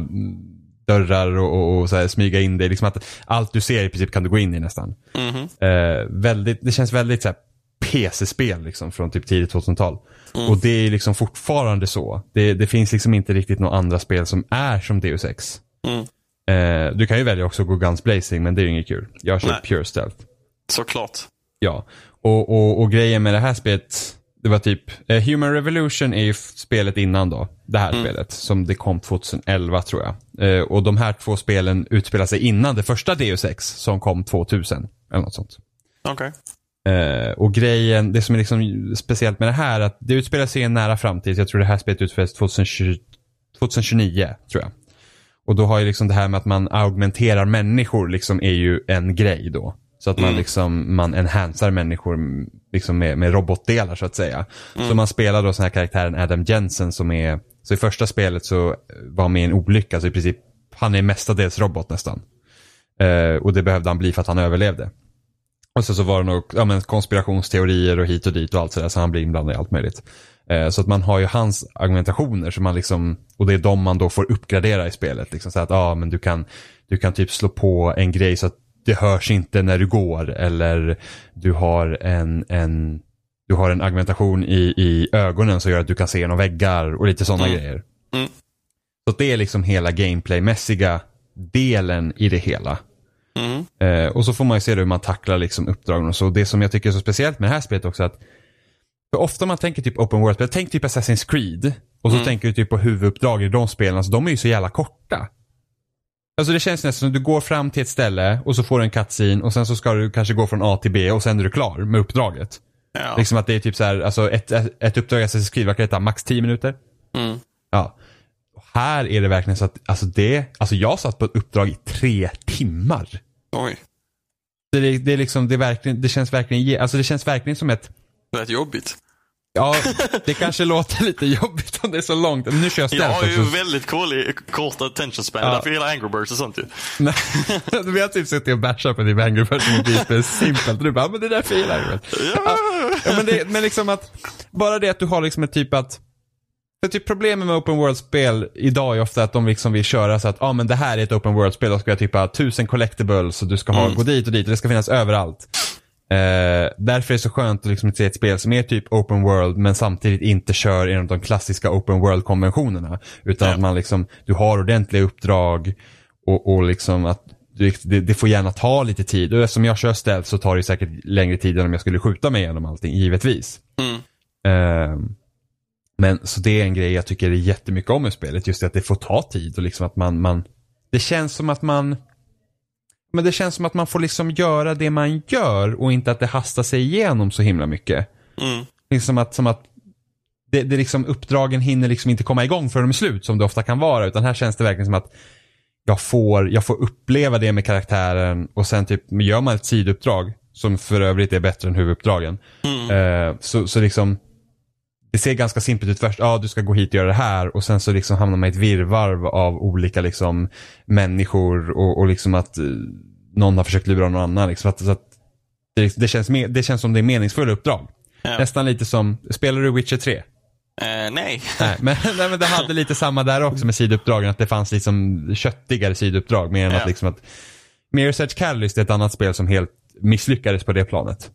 dörrar och, och, och så här, smyga in dig. Liksom att allt du ser i princip kan du gå in i nästan. Mm. Uh, väldigt, det känns väldigt så här P C-spel liksom från typ tidigt tvåtusental. Mm. Och det är liksom fortfarande så. Det, det finns liksom inte riktigt några andra spel som är som Deus Ex. Mm. Uh, du kan ju välja också att gå guns blazing, men det är ju inget kul. Jag kör pure stealth. Såklart. Ja, och, och, och grejen med det här spelet, det var typ, eh, Human Revolution är ju spelet innan då, det här mm. spelet, som det kom tjugoelva tror jag. Eh, och de här två spelen utspelar sig innan det första Deus Ex som kom tvåtusen, eller något sånt. Okej. Okay. Eh, och grejen, det som är liksom speciellt med det här, att det utspelar sig i en nära framtid. Jag tror det här spelet utspelar sig tjugohundratjugo, tjugohundratjugonio, tror jag. Och då har ju liksom det här med att man augmenterar människor liksom är ju en grej då. Så att man mm. liksom, man enhancear människor liksom med, med robotdelar så att säga. Mm. Så man spelar då sån här karaktären Adam Jensen som är, så i första spelet så var med i en olycka, så i princip, han är mestadels robot nästan. Eh, och det behövde han bli för att han överlevde. Och så, så var det nog, ja, men konspirationsteorier och hit och dit och allt sådär, så han blir inblandad i allt möjligt. Eh, så att man har ju hans argumentationer som man liksom, och det är de man då får uppgradera i spelet. Liksom så att, ja men du kan, du kan typ slå på en grej så att det hörs inte när du går, eller du har en, en du har en argumentation i, i ögonen som gör att du kan se genom väggar och lite sådana mm. grejer. Mm. Så det är liksom hela gameplaymässiga delen i det hela. Mm. Eh, och så får man ju se hur man tacklar liksom uppdragen och så. Det som jag tycker är så speciellt med det här spelet också, att för ofta man tänker typ open world-spel, tänk typ Assassin's Creed, och så mm. tänker du typ på huvuduppdrag i de spelen, så de är ju så jävla korta. Alltså det känns nästan som att du går fram till ett ställe och så får du en cutscene och sen så ska du kanske gå från A till B och sen är du klar med uppdraget. Ja. Liksom att det är typ så här, alltså ett, ett uppdrag jag ska skriva kan ta max tio minuter. Mm. Ja. Och här är det verkligen så att, alltså det, alltså jag satt på ett uppdrag i tre timmar. Oj. Det, det är liksom, det är verkligen, det känns verkligen, alltså det känns verkligen som ett... Det är jobbigt. Ja, det kanske låter lite jobbigt om det är så långt. Men nu kör jag Jag har ju också. väldigt cool, kort attention span. Ja. Därför hela Angry Birds och sånt ju. Nej, vi har typ suttit och bashat på din Angry Birds som mobilspel simpelt. Och du bara, men det där är gillar jag. Ja. Ja, men, det, men liksom att, bara det att du har liksom ett typ att, för typ problemet med open world-spel idag är ofta att de liksom vill köra så att, ja ah, men det här är ett open world-spel och ska jag typ ha tusen collectibles och du ska ha, mm. gå dit och dit och det ska finnas överallt. Eh, därför är det så skönt att liksom se ett spel som är typ open world men samtidigt inte kör enligt de klassiska open world-konventionerna utan ja. Att man liksom, du har ordentliga uppdrag och, och liksom att du, det, det får gärna ta lite tid och som jag kör stealth så tar det säkert längre tid än om jag skulle skjuta mig igenom allting, givetvis. Mm. Eh, men så det är en grej jag tycker är jättemycket om i spelet, just att det får ta tid och liksom att man, man det känns som att man Men det känns som att man får liksom göra det man gör och inte att det hastar sig igenom så himla mycket. Mm. Liksom att, som att det, det liksom, uppdragen hinner liksom inte komma igång för de är slut som det ofta kan vara. Utan här känns det verkligen som att jag får, jag får uppleva det med karaktären och sen typ gör man ett sidouppdrag som för övrigt är bättre än huvuduppdragen. Mm. Eh, så, så liksom det ser ganska simpelt ut först. Ja, ah, du ska gå hit och göra det här. Och sen så liksom hamnar man i ett virrvarv av olika liksom människor. Och, och liksom att uh, någon har försökt lura någon annan. Liksom, att, så att det, det, känns me- det känns som det är meningsfulla uppdrag. Ja. Nästan lite som, spelar du Witcher tre? Uh, nej. nej, men, nej, men det hade lite samma där också med sidouppdragen. Att det fanns liksom köttigare sidouppdrag. Mer än ja. att liksom att Mirror's Edge Catalyst är ett annat spel som helt misslyckades på det planet.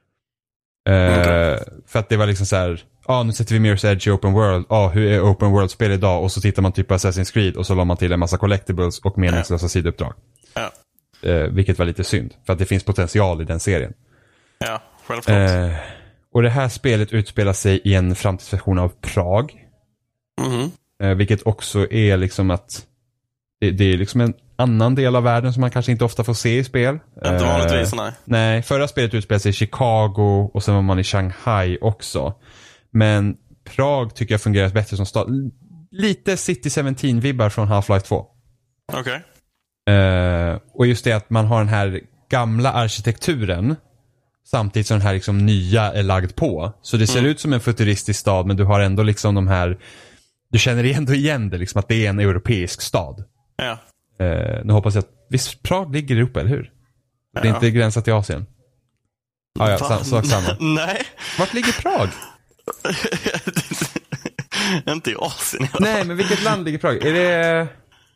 Uh, mm. För att det var liksom så här. Ja, ah, nu sätter vi Mirror's Edge i Open World. Ja, ah, hur är Open World-spel idag? Och så tittar man typ på Assassin's Creed och så la man till en massa collectibles och meningslösa ja. sidouppdrag. Ja. Eh, vilket var lite synd. För att det finns potential i den serien. Ja, självklart. Eh, och det här spelet utspelar sig i en framtidsversion av Prag. Mm. Eh, vilket också är liksom att det, det är liksom en annan del av världen som man kanske inte ofta får se i spel. Inte vanligtvis, nej. Nej, förra spelet utspelar sig i Chicago och sen var man i Shanghai också. Men Prag tycker jag fungerar bättre som stad. Lite City sjutton-vibbar från Half-Life två. Okej. Okay. Uh, och just det att man har den här gamla arkitekturen samtidigt som den här liksom nya är lagd på. Så det ser mm. ut som en futuristisk stad men du har ändå liksom de här, du känner ändå igen det liksom att det är en europeisk stad. Ja. Uh, nu hoppas jag att, visst Prag ligger i Europa, eller hur? Ja. Det är inte gränsat till Asien. Ah, ja, sak sam- samma. Nej. Vart ligger Prag? Inte i Asien. Nej, men vilket land ligger Prag? Är det...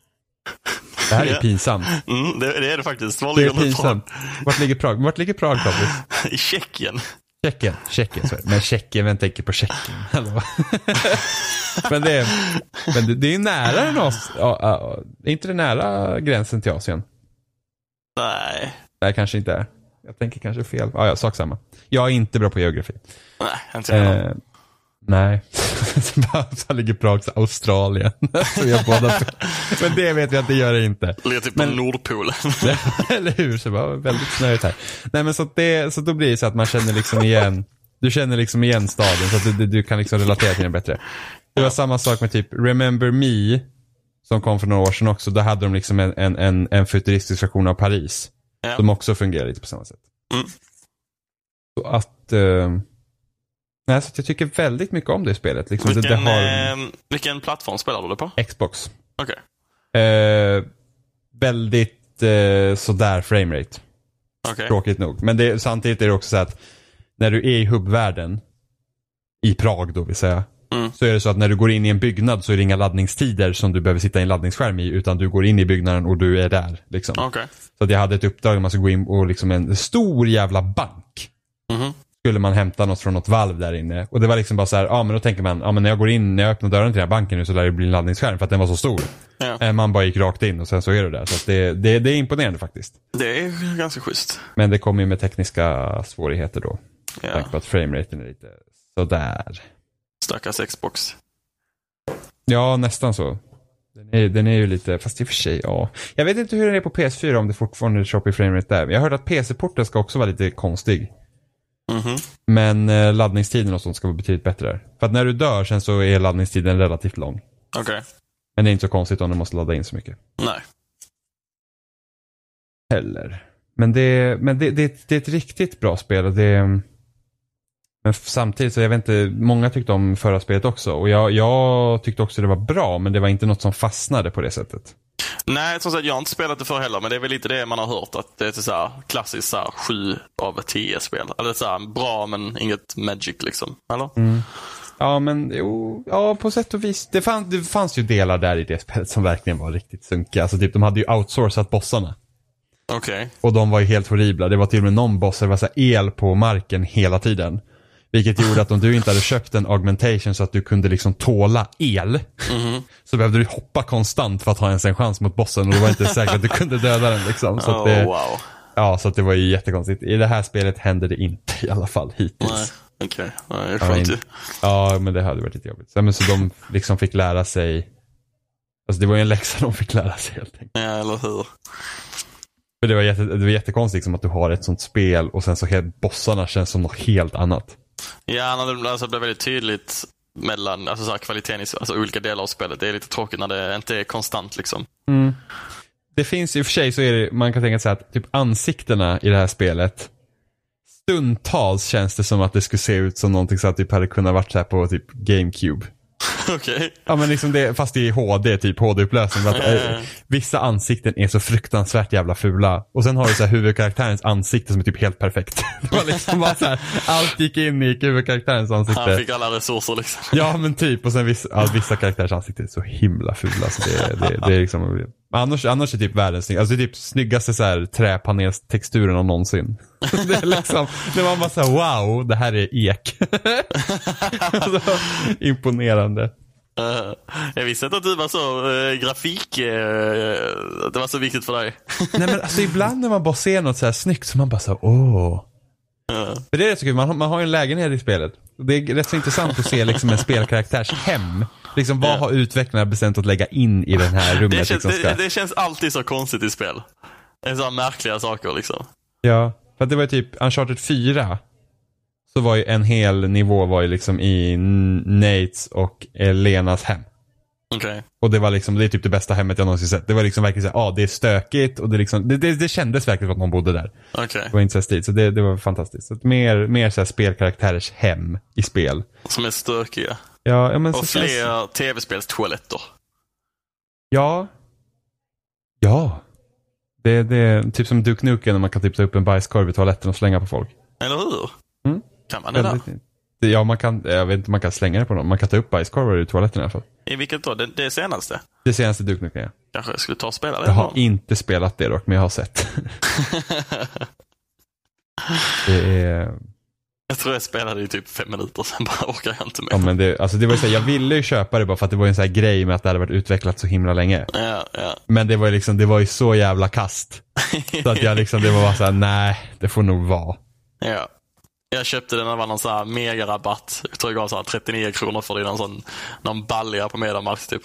Det här är ja. pinsamt. Mm, det, det är det faktiskt. Var det är pinsamt. Prag? Vart ligger Prag? Vart ligger Prag, Toppis? I Tjeckien. Tjeckien, Tjeckien. Så. Men Tjeckien, vem tänker på Tjeckien? men det är, men det, det är nära än oss. Ja, ja, är inte det nära gränsen till Asien? Nej. Nej, kanske inte är. Jag tänker kanske fel. Ja, ja, sak samma. Jag är inte bra på geografi. Nej, inte jag. Eh, nej. Så ligger Prag till Australien. Så jag båda... Men det vet vi att det gör det inte. Ligger typ men... på Nordpolen. Eller hur? Så det var väldigt snöigt här. Nej, men så, det, så då blir det så att man känner liksom igen... Du känner liksom igen staden så att du, du, du kan liksom relatera till den bättre. Det var samma sak med typ Remember Me som kom för några år sedan också. Då hade de liksom en, en, en, en futuristisk version av Paris. Ja. Som också fungerar lite på samma sätt. Mm. Så att... Uh, nej, så att jag tycker väldigt mycket om det spelet. Liksom, vilken, det, det har, eh, vilken plattform spelar du det på? Xbox. Okej. Okay. Uh, väldigt uh, sådär framerate. Okay. Tråkigt nog. Men det, samtidigt är det också så att när du är i hubbvärlden i Prag då vill säga. Mm. Så är det så att när du går in i en byggnad så är det inga laddningstider som du behöver sitta i en laddningsskärm i, utan du går in i byggnaden och du är där liksom. Okay. Så att jag hade ett uppdrag att man ska gå in och liksom en stor jävla bank. Mm. Skulle man hämta något från något valv där inne. Och det var liksom bara så här, ja men då tänker man, ja men när jag går in, när jag öppnar dörren till den här banken nu så lär det bli en laddningsskärm för att den var så stor. Ja. Man bara gick rakt in och sen så är du där. Så att det, det, det är imponerande faktiskt. Det är ganska schysst. Men det kommer ju med tekniska svårigheter då. Ja. Tack på att frameraten är lite sådär. Stackars Xbox. Ja, nästan så. Den är, den är ju lite, fast i och för sig, ja. Jag vet inte hur den är på P S fyra om det fortfarande är choppy framerate där. Jag hörde att P C-porten ska också vara lite konstig. Mm-hmm. Men eh, laddningstiden och sånt ska vara betydligt bättre. För att när du dör sen så är laddningstiden relativt lång. Okej. Okay. Men det är inte så konstigt om du måste ladda in så mycket. Nej. Heller. Men det, men det, det, det är ett riktigt bra spel och det, Men samtidigt så jag vet inte, många tyckte om förra spelet också. Och jag, jag tyckte också det var bra, men det var inte något som fastnade på det sättet. Nej, som sagt, jag har inte spelat det för heller, men det är väl lite det man har hört, att det är så här klassiskt så här sju av tio spel. Eller så här, bra men inget magic liksom, eller? Mm. Ja, men jo, ja, på sätt och vis. Det, fann, det fanns ju delar där i det spelet som verkligen var riktigt sunkiga. Alltså typ, de hade ju outsourcat bossarna. Okej. Okay. Och de var ju helt horribla. Det var till och med någon boss där det var så här el på marken hela tiden. Vilket gjorde att om du inte hade köpt en augmentation så att du kunde liksom tåla el, mm-hmm. så behövde du hoppa konstant för att ha ens en chans mot bossen, och det var inte säkert att du kunde döda den liksom. Så oh, att det, wow. Ja, så att det var ju jättekonstigt. I det här spelet hände det inte i alla fall hittills. Nej, okej. Okay. Ja, ja, ja, men det hade varit lite jobbigt. Så, men så de liksom fick lära sig, alltså det var ju en läxa de fick lära sig helt enkelt. Ja, eller hur? För det var, jätte, det var jättekonstigt liksom, att du har ett sånt spel och sen så helt, bossarna känns som något helt annat. Ja, när det alltså, blev väldigt tydligt mellan alltså, så här, kvaliteten i alltså, olika delar av spelet. Det är lite tråkigt när det inte är konstant liksom. Mm. Det finns i och för sig, så är det, man kan tänka sig att typ ansiktena i det här spelet, stundtals känns det som att det skulle se ut som någonting så att typ hade kunnat varit så här på typ GameCube. Okej. Okay. Ja, men liksom det, fast i H D, typ H D-upplösning. Att, äh, vissa ansikten är så fruktansvärt jävla fula. Och sen har du så här huvudkaraktärens ansikte som är typ helt perfekt. Det var liksom bara så här, allt gick in i huvudkaraktärens ansikte. Han fick alla resurser liksom. Ja, men typ. Och sen vissa, ja, vissa karaktärers ansikte är så himla fula. Så det, det, det är liksom... Annars, annars är typ världens snygg. Alltså det är typ snyggaste så här träpanelstexturen av någonsin. Det är liksom, det var bara så här, wow, det här är ek. Så, imponerande. Uh, jag visste inte att du var så uh, grafik uh, det var så viktigt för dig. Nej, men alltså ibland när man bara ser något så här snyggt så man bara så åh. Uh. För det är rätt så kul, man, man har ju en lägenhet i spelet. Det är rätt så intressant att se liksom en spelkaraktärs hem. Liksom vad yeah. har utvecklarna bestämt att lägga in i den här rummet? Det känns, liksom, ska... det, det känns alltid så konstigt i spel. Det är så märkliga saker liksom. Ja, för att det var typ Uncharted fyra. Så var ju en hel nivå var ju liksom i Nates och Lenas hem. Okej. Okay. Och det var liksom, det är typ det bästa hemmet jag någonsin sett. Det var liksom verkligen så ja, ah, det är stökigt och det liksom, det, det, det kändes verkligen att någon bodde där. Okej. Okay. Det var inte så stil, så det, det var fantastiskt. Så mer, mer så här spelkaraktärers hem i spel. Som är stökiga. Ja, ja men och så fler känns... tv-spelstoaletter. Ja. Ja. Det, det är typ som Duke Nukem när man kan typ ta upp en bajskorv i toaletten och slänga på folk. Eller hur? Mm. Kan man det där? Ja, man kan, jag vet inte, man kan slänga det på någon. Man kan ta upp bajskorvar i toaletten i alla fall. I vilket då? Det, det senaste? Det senaste Duke Nukem, ja. Kanske jag skulle ta och spela det. Jag har någon. inte spelat det dock, men jag har sett. Det är... Jag tror jag spelade i typ fem minuter, sen bara orkar jag inte med. Ja, men det, alltså det var så här, jag ville ju köpa det bara för att det var en sån här grej med att det hade varit utvecklat så himla länge. Ja, ja. Men det var ju liksom, det var ju så jävla kast. Så att jag liksom, det var bara så här, nej, det får nog vara. Ja. Jag köpte den när det var någon sån här mega rabatt. Jag tror jag gav så här trettionio kronor för det. Någon sån, någon balja på Mediamarkt typ.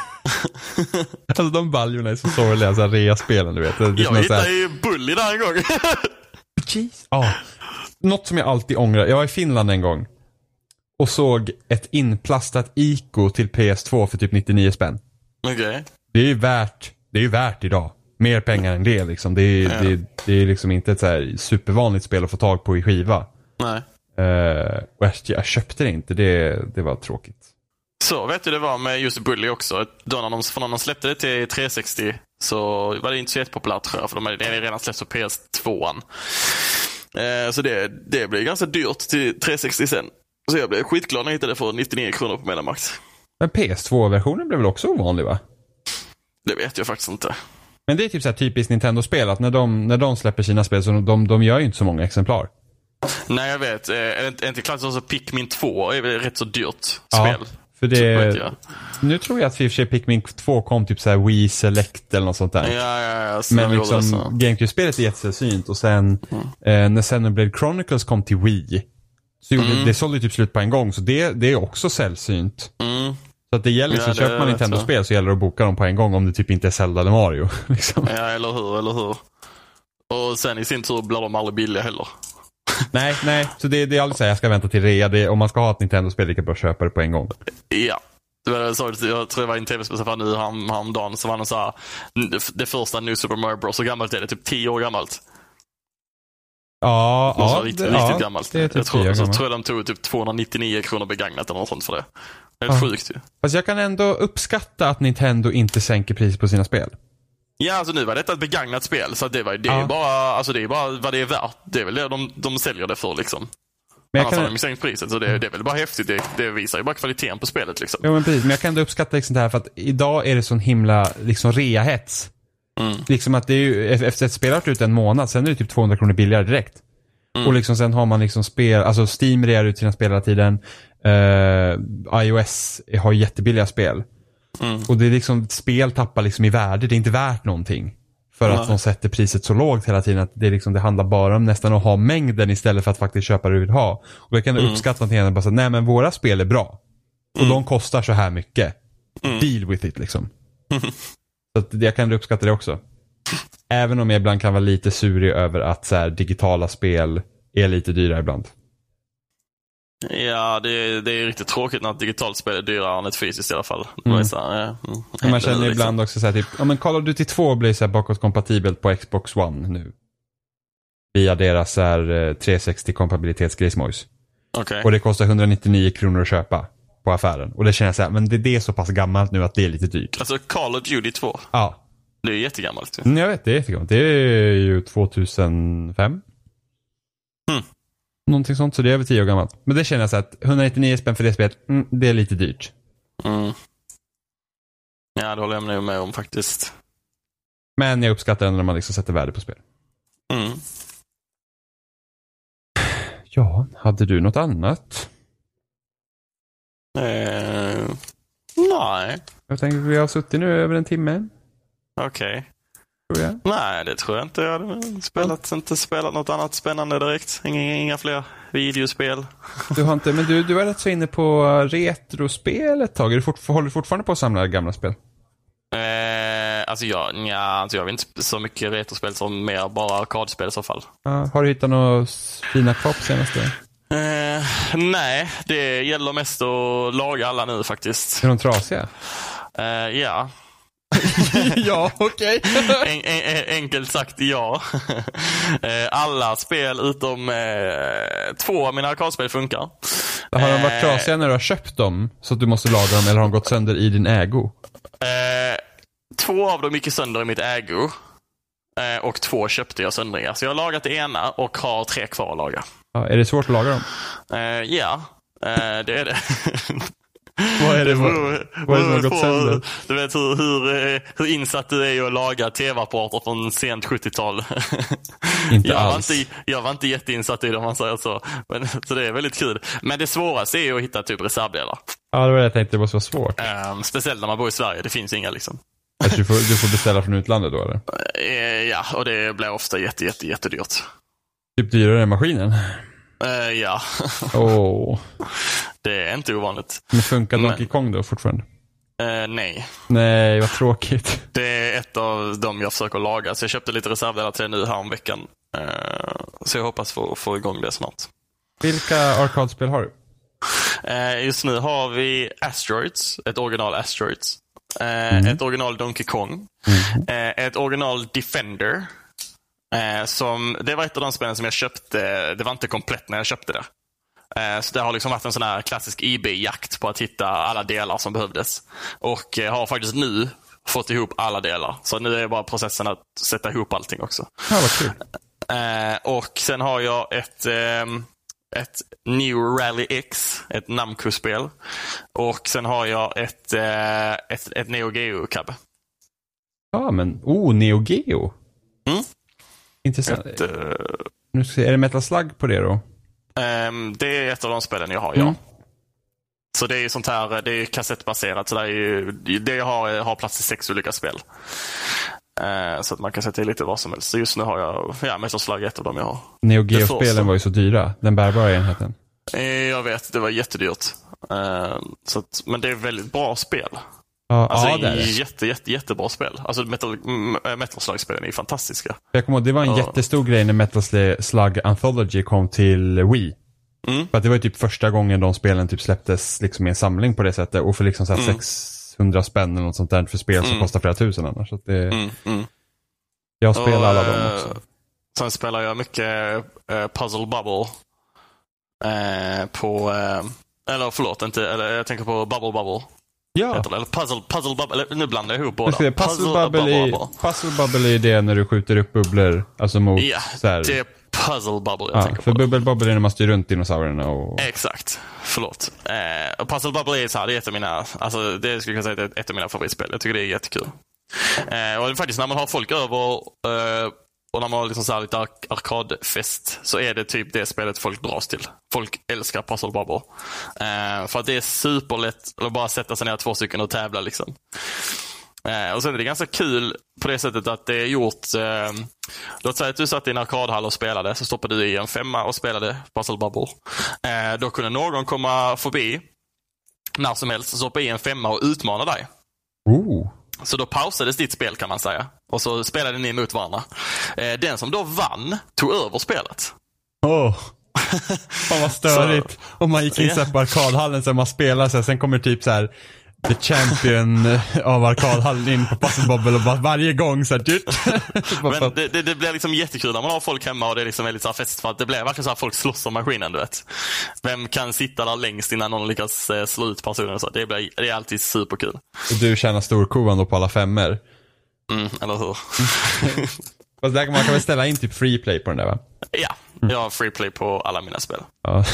Alltså de baljorna är så sorgliga, så här rea-spelen, du vet. Det jag hittade här... ju Bully där en gång. Jeez. Ja. Något som jag alltid ångrar. Jag var i Finland en gång och såg ett inplastat Ico till P S två för typ nittionio spänn. Okej. Okay. Det är ju värt, det är ju värt idag. Mer pengar än det liksom. Det är, ja. det, det är liksom inte ett så här supervanligt spel att få tag på i skiva. Nej. Uh, och jag, jag köpte det inte. Det, det var tråkigt. Så vet du det var med just Bully också. Då när de, för när de släppte det till trehundrasextio så var det inte så jättepopulärt tror jag. För de hade redan släppt på P S två. Uh, så det, det blev ganska dyrt till trehundrasextio sen. Så jag blev skitglad när jag hittade det för nittionio kronor på Mediamarkt. Men P S två-versionen blev väl också ovanlig, va? Det vet jag faktiskt inte. Men det är typ så här typiskt Nintendo-spel att när de, när de släpper sina spel så de, de, de gör ju inte så många exemplar. Nej, jag vet. Är inte, inte klart så Pikmin två är väl rätt så dyrt ja, spel. För det, nu tror jag att i och för sig Pikmin två kom typ så här Wii Select eller något sånt där. Ja, ja, ja. Men liksom GameCube-spelet är jättesällsynt och sen mm. eh, när Xenoblade Chronicles kom till Wii så gjorde, mm. det sålde typ slut på en gång så det, det är också sällsynt. Mm. Så att det gäller, så ja, köper man Nintendo-spel så gäller det att boka dem på en gång om det typ inte är Zelda eller Mario. Liksom. Ja, eller hur, eller hur. Och sen i sin tur blir de aldrig billiga heller. Nej, nej. Så det, det är aldrig så här, jag ska vänta till rea. Det, om man ska ha ett Nintendo-spel, det kan bara köpa det på en gång. Ja. Det var, så, jag tror det var en tv-spel nu häromdagen så var det så här, det första New Super Mario Bros. Så gammalt är det, typ tio år gammalt. Ja, ja, ja, riktigt, det, riktigt ja, gammalt. det är typ jag tror, så gammalt. tror jag de tog typ tvåhundranittionio kronor begagnat eller något sånt för det. Helt Ja. sjukt ju. Fast jag kan ändå uppskatta att Nintendo inte sänker pris på sina spel. Ja, alltså nu var detta ett begagnat spel, så det, var, det, Ja. är bara, alltså det är bara vad det är värt. Det är väl det de, de säljer det för liksom. Men jag Annars kan... har de sänkt priset, så det, det är väl bara häftigt. Det, det visar ju bara kvaliteten på spelet liksom. Jo, men precis. Men jag kan ändå uppskatta liksom det här för att idag är det sån himla liksom rea-hets. Mm. Liksom att det är ju, efter ett spel har varit ut en månad, sen är det typ tvåhundra kronor billigare direkt. Mm. Och liksom sen har man liksom spel, alltså Steam rear ut sina spel hela tiden. Uh, iOS har jättebilliga spel. Mm. Och det är liksom, spel tappar liksom i värde, det är inte värt någonting. För att Nej. de sätter priset så lågt hela tiden att det, är liksom, det handlar bara om nästan att ha mängden istället för att faktiskt köpa det du vill ha. Och jag kan mm. uppskatta någonting annat, bara så att nej men våra spel är bra. Och mm. de kostar så här mycket. Mm. Deal with it liksom. Mm. Så att jag kan uppskatta det också. Även om jag ibland kan vara lite surig över att så här, digitala spel är lite dyrare ibland. Ja, det är, det är riktigt tråkigt när ett digitalt spel är dyrare än ett fysiskt i alla fall. Mm. Så här, mm, man känner liksom. Ibland också så här, typ, ja men Call of Duty två blir så här bakåtkompatibelt på Xbox One nu. Via deras så här trehundrasextio-kompatibilitetsgrejsmojs. Okay. Och det kostar hundranittionio kronor att köpa på affären. Och det känns så här, men det, det är så pass gammalt nu att det är lite dyrt. Alltså Call of Duty två? Ja. Det är jättegammalt. Mm, jag vet, det är jättegammalt. Det är ju tvåtusenfem. Mm. Någonting sånt, så det är över tio år gammalt. Men det känner jag så att hundranittionio spänn för det spelet, mm, det är lite dyrt. Mm. Ja, det håller jag med om faktiskt. Men jag uppskattar ändå när man liksom sätter värde på spel. Mm. Ja, hade du något annat? Eh, nej. Jag tänker att vi har suttit nu över en timme. Okej. Okay. Jag. Nej, det tror jag inte. Jag hade spelat, ja. inte spelat något annat spännande direkt. Inga, inga fler videospel. Du har inte, men du, du är rätt så inne på retrospel ett tag. Är du fort, håller du fortfarande på att samla gamla spel? Eh, alltså jag, nja, alltså jag vet inte så mycket retrospel som mer bara arkadspel i så fall. Ja, har du hittat några fina kvar på senaste? Eh, nej, det gäller mest att laga alla nu faktiskt. Är de trasiga? Eh, ja. Ja, okej. Okay. en, en, enkelt sagt ja. Alla spel utom eh, två av mina arkadspel funkar. Har de varit trasiga när du har köpt dem så att du måste laga dem, eller har de gått sönder i din ägo? Eh, två av dem gick sönder i mitt ägo. Eh, och två köpte jag söndringar. Så jag har lagat det ena och har tre kvar att laga. Ja, är det svårt att laga dem? Eh, ja, eh, det är det. Vad är det, vad, vad är det som har gått sönder? Du vet hur, hur, hur insatt du är i att laga tv-apparater från sent sjuttiotal. Inte jag alls. Var inte, jag var inte jätteinsatt i det om man säger så. Men, så det är väldigt kul. Men det svåraste är att hitta typ reservdelar. Ja, det var det jag tänkte, det måste vara svårt. Um, speciellt när man bor i Sverige, det finns inga liksom. Alltså, du, får, du får beställa från utlandet då eller? Uh, ja, och det blir ofta jätte, jätte, jättedyrt. Typ dyrare än maskinen? Uh, ja. Oh. Det är inte ovanligt. Men funkar Donkey Men, Kong då fortfarande? Uh, nej. Nej, vad tråkigt. Det är ett av dem jag försöker laga. Så jag köpte lite reservdelar till det nu här om veckan. Uh, så jag hoppas få, få igång det snart. Vilka arkadspel har du? Uh, just nu har vi Asteroids. Ett original Asteroids. Uh, mm. Ett original Donkey Kong. Mm. Uh, ett original Defender. Uh, som, det var ett av de spelen som jag köpte. Det var inte komplett när jag köpte det. Så det har liksom varit en sån här klassisk eBay-jakt på att hitta alla delar som behövdes. Och jag har faktiskt nu fått ihop alla delar. Så nu är det bara processen att sätta ihop allting också. Ja, vad kul. Och sen har jag ett, ett New Rally X, ett Namco-spel. Och sen har jag ett, ett, ett Neo Geo-cab. Ja, men oh, Neo Geo. Mm. Intressant. Ett, uh... Nu ska, är det Metal Slug på det då? Um, det är ett av de spelen jag har, ja. Mm. Så det är ju sånt här, det är kassettbaserat. Så det, är ju, det jag har, har plats till sex olika spel. Uh, så att man kan sätta i lite vad som helst. Så just nu har jag, ja, Metal Slug ett av dem jag har. Neo Geo-spelen var ju så dyra, den bärbara enheten. Uh, jag vet, det var jättedyrt. Uh, så att, men det är väldigt bra spel. Ja, alltså ja, det är det. Jätte, jätte, jättebra spel. Alltså Metal, Metal Slug-spelen är fantastiska. Jag kommer ihåg, det var en ja. jättestor grej när Metal Slug Anthology kom till Wii. Mm. För att det var ju typ första gången de spelen typ släpptes liksom i en samling på det sättet. Och för liksom så här mm. sexhundra spänn eller något sånt där för spel som mm. kostar flera tusen annars. Så att det... mm. Mm. Jag spelar och, alla dem också. sen spelar jag mycket uh, Puzzle Bubble. Uh, på... Uh, eller förlåt, inte, eller, jag tänker på Bubble Bubble. Ja. Heter det, eller Puzzle, puzzle Bubble. Eller, nu blandar jag ihop båda. Puzzle, puzzle, bubble, bubble, i, bubble. Puzzle Bubble är det när du skjuter upp bubblor. Alltså mot... Ja, så här. det är Puzzle Bubble jag ja, tänker för på. Bubble Bubble är när man styr runt dinosaurierna och... Exakt, förlåt. Eh, och Puzzle Bubble är så här, det är ett av mina, alltså det skulle jag säga är ett av mina favoritspel. Jag tycker det är jättekul. Eh, och faktiskt när man har folk över eh, och när man har liksom så här lite ark- arkadfest så är det typ det spelet folk dras till. Folk älskar Puzzle Bubble. Eh, för att det är superlätt att bara sätta sig ner två stycken och tävla liksom. Eh, och sen är det ganska kul på det sättet att det är gjort eh, låt säga att du satt i en arkadhall och spelade, så stoppade du i en femma och spelade Puzzle Bubble. Eh, då kunde någon komma förbi när som helst och stoppa i en femma och utmana dig. Oh. Så då pausades ditt spel kan man säga. Och så spelade ni mot varandra. Eh, den som då vann tog över spelet. Åh, oh. Fan vad störigt. Om man gick in yeah. på arkadhallen så man spelar så här, sen kommer typ så här the champion av arkadhallen in på Puzzle Bubble och bara varje gång så här. Men det, det, det blir liksom jättekul när man har folk hemma och det är liksom lite så här fest för att det blir verkligen så här folk slåss om maskinen, du vet. Vem kan sitta där längst innan någon lyckas eh, slå ut personen och så. Det, blir, det är alltid superkul. Och du tjänar storkovan då på alla femmer. Mm, eller hur? Fast där kan man kan väl ställa in typ free play på den där, va? Ja, jag har free play på alla mina spel. Ja.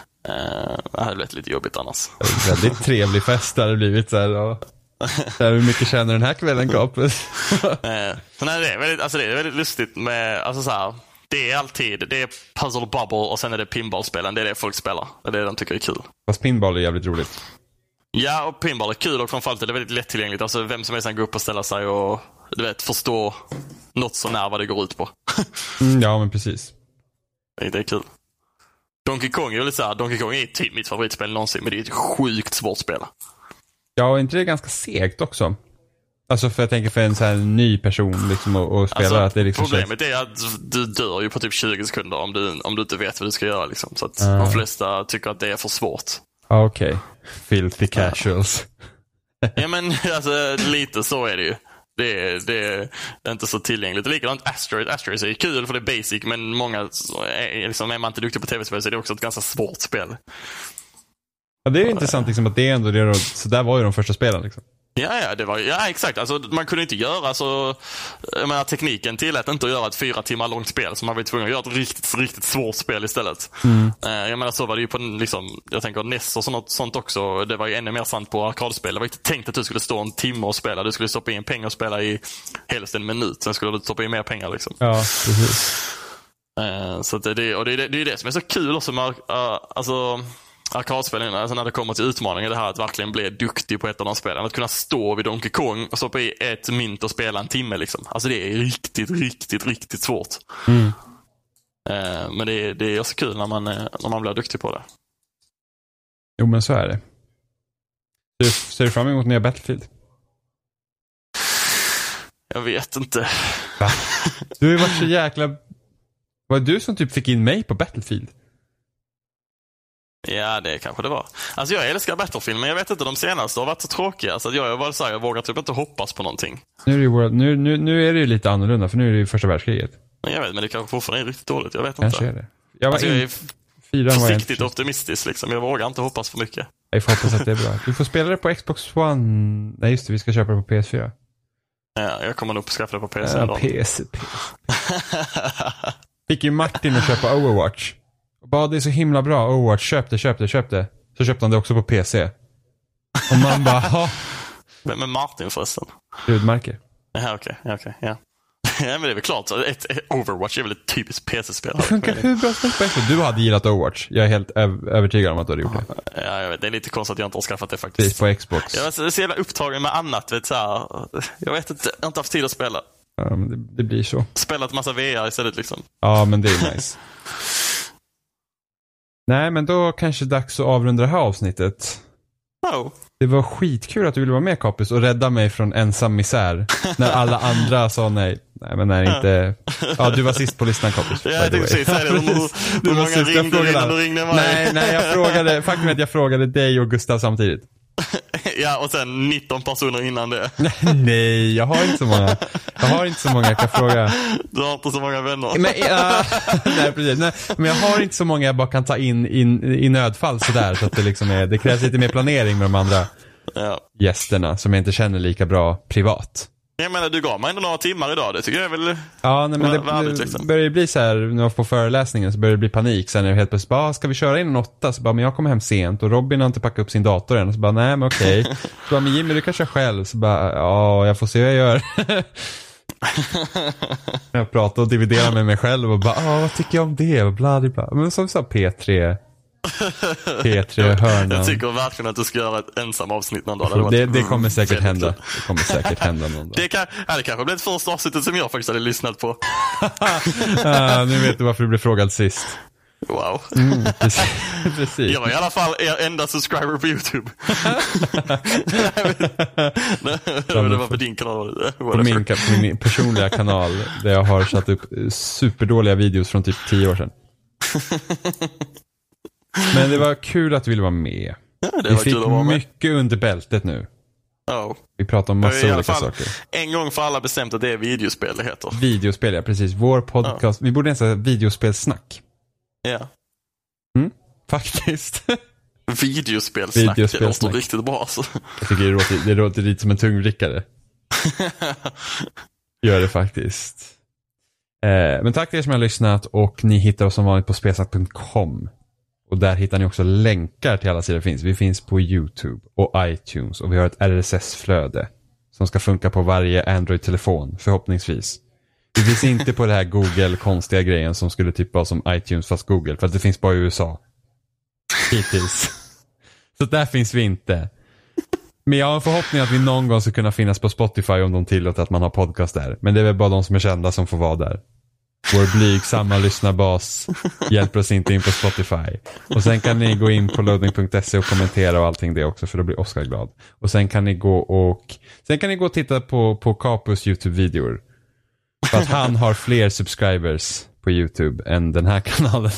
Uh, det hade blivit lite jobbigt annars. Väldigt trevlig fest där det blivit så här. Och... hur mycket känner den här kvällen, Kapus? uh, nej, det är väldigt, alltså det är väldigt lustigt med, alltså så här, det är alltid, det är Puzzle Bubble och sen är det pinballspelen, det är det folk spelar. Det är det de tycker är kul. Fast pinball är jävligt roligt. Ja, och pinball är kul och framförallt är det väldigt lättillgängligt. Alltså vem som helst kan gå upp och ställa sig och du vet, förstå något så när vad det går ut på. mm, ja, men precis. Det är kul. Donkey Kong är ju lite så här, Donkey Kong är typ mitt favoritspel någonsin, men det är ett sjukt svårt spel. Ja, och inte det är ganska segt också. Alltså för jag tänker för en så här ny person liksom och, och spela alltså, att det liksom problemet känns... är att du dör ju på typ tjugo sekunder om du, om du inte vet vad du ska göra liksom. Så att uh. de flesta tycker att det är för svårt. Ah, okej. Okay. Filthy casuals. Ja, men alltså lite så är det ju. Det är, det är inte så tillgängligt. Det är likadant Asteroid. Asteroid är kul för det är basic, men många är, liksom, är man inte duktig på tv-spel så är det också ett ganska svårt spel. Ja, det är intressant liksom, att det är ändå det. Så där var ju de första spelen liksom. Ja, ja, det var, ja, exakt. Alltså, man kunde inte göra så... Jag menar, tekniken tillät inte att göra ett fyra timmar långt spel. Så man var tvungen att göra ett riktigt, riktigt svårt spel istället. Mm. Jag menar, så var det ju på liksom, jag tänker N E S och sånt, sånt också. Det var ju ännu mer sant på arkadspel. Det var inte tänkt att du skulle stå en timme och spela. Du skulle stoppa in pengar och spela i helst en minut. Sen skulle du stoppa in mer pengar liksom. Ja, precis. Så det, det, och det, det, det är det som är så kul också med... Uh, alltså... arkadspelen, alltså när det kommer till utmaningar, det här att verkligen bli duktig på ett av de spelen, att kunna stå vid Donkey Kong och stoppa i ett mynt och spela en timme liksom. Alltså det är riktigt, riktigt, riktigt svårt. Mm. Uh, men det är, det är också kul när man, när man blir duktig på det. Jo, men så är det. Du, ser du fram emot nya Battlefield? Jag vet inte. Va? Du har ju varit så jäkla... Var det du som typ fick in mig på Battlefield? Ja, det kanske det var. Alltså jag älskar Battlefield, men jag vet inte, de senaste har varit så tråkiga. Så att jag, var så här, jag vågar typ inte hoppas på någonting. Nu är, det ju, nu, nu, nu är det ju lite annorlunda, för nu är det ju första världskriget. Jag vet, men det kanske fortfarande är riktigt dåligt. Jag vet kanske inte. Är det. Jag, var alltså, jag är fyra försiktigt optimistisk liksom. Jag vågar inte hoppas för mycket. Jag får hoppas att det är bra. Du får spela det på Xbox One. Nej just det, vi ska köpa det på P S fyra. Ja, jag kommer nog skaffa det på P S fyra. Ja, P S. Fick ju Martin att köpa Overwatch. Och bara, det är så himla bra. Overwatch, köp det, köp det, köp det. Så köpte han det också på P C. Och man bara, ha. Vem är Martin förresten? Hudmarker. Ja, okej, okay, okej, okay, ja. Ja, men det är väl klart. Ett, ett Overwatch är väl ett typiskt P C-spel. Det funkar hur bra som helst. Du hade gillat Overwatch. Jag är helt öv- övertygad om att du hade gjort det. Ja, jag vet. Det är lite konstigt att jag inte har skaffat det faktiskt. Precis, på Xbox. Jag är så jävla upptagen med annat. Vet, så här. Jag vet inte, jag har inte haft tid att spela. Ja, men det, det blir så. Spelat massa V R istället liksom. Ja, men det är nice. Nej, men då kanske det är dags att avrunda det här avsnittet. Oh. Det var skitkul att du ville vara med, Kapis, och rädda mig från ensam misär. När alla andra sa nej. Nej, men nej, inte... Ja, du var sist på listan, Kapis. Ja, jag tänkte säga det. Hur många ringde innan du ringde mig? Nej, nej, jag frågade... Faktum är att jag frågade dig och Gustav samtidigt. Ja, och sen nitton personer innan det. Nej, jag har inte så många. Jag har inte så många jag kan fråga. Du har inte så många vänner. Men, uh, nej, precis. Nej, men jag har inte så många jag bara kan ta in in i nödfall sådär. Så att det, liksom är, det krävs lite mer planering med de andra ja. gästerna som jag inte känner lika bra privat. Jag menar, du gav mig ändå några timmar idag. Det tycker jag är väl ja, nej, men det, värdigt, det liksom. börjar ju bli så här, när jag får föreläsningen så börjar det bli panik. Sen är det helt plötsligt bara, ska vi köra in en åtta? Så bara, men jag kommer hem sent och Robin har inte packat upp sin dator än. Så bara, nej men okej. Så bara, men Jimmy, du kan köra själv. Så bara, ja, jag får se vad jag gör. Jag pratar och dividerar med mig själv och bara, ja, vad tycker jag om det? Och bla, bla, bla. Men som vi sa, P tre P tre hörnan. Jag tycker verkligen att du ska göra ett ensam avsnitt någon dag. Det, det kommer säkert hända. Det kommer säkert hända någon dag. Det, kan, ja, det kanske blev ett första avsnittet som jag faktiskt hade lyssnat på. ah, nu vet du varför du blev frågad sist. Wow. Mm, precis, precis. Jag var i alla fall er enda subscriber på YouTube. Det var på din kanal. På min, på min personliga kanal där jag har satt upp superdåliga videos från typ tio år sedan. Men det var kul att du ville vara med. Ja, det vi var fick kul att vara med. Mycket under bältet nu. Oh. Vi pratar om massa olika saker. En gång för alla bestämt att det är videospel det heter. Videospel, ja precis. Vår podcast, oh. Vi borde nästan videospelsnack. Ja. Mm, faktiskt. Videospelsnack, det låter riktigt bra alltså. Jag tycker det låter, det låter lite som en tungvrickare. Gör det faktiskt. Eh, men tack till er som har lyssnat och ni hittar oss som vanligt på spelsnack punkt com. Och där hittar ni också länkar till alla sidor finns. Vi finns på YouTube och iTunes och vi har ett R S S-flöde som ska funka på varje Android-telefon, förhoppningsvis. Vi finns inte på det här Google-konstiga grejen som skulle typ vara som iTunes fast Google, för att det finns bara i U S A. Hittills. Så där finns vi inte. Men jag har en förhoppning att vi någon gång ska kunna finnas på Spotify om de tillåter att man har podcast där. Men det är väl bara de som är kända som får vara där. Vår blygsamma lyssnarbas hjälper oss inte in på Spotify. Och sen kan ni gå in på loading punkt se och kommentera och allting det också, för då blir Oskar glad. Och sen kan ni gå och sen kan ni gå och titta på, på Capus YouTube-videor. För att han har fler subscribers på YouTube än den här kanalen.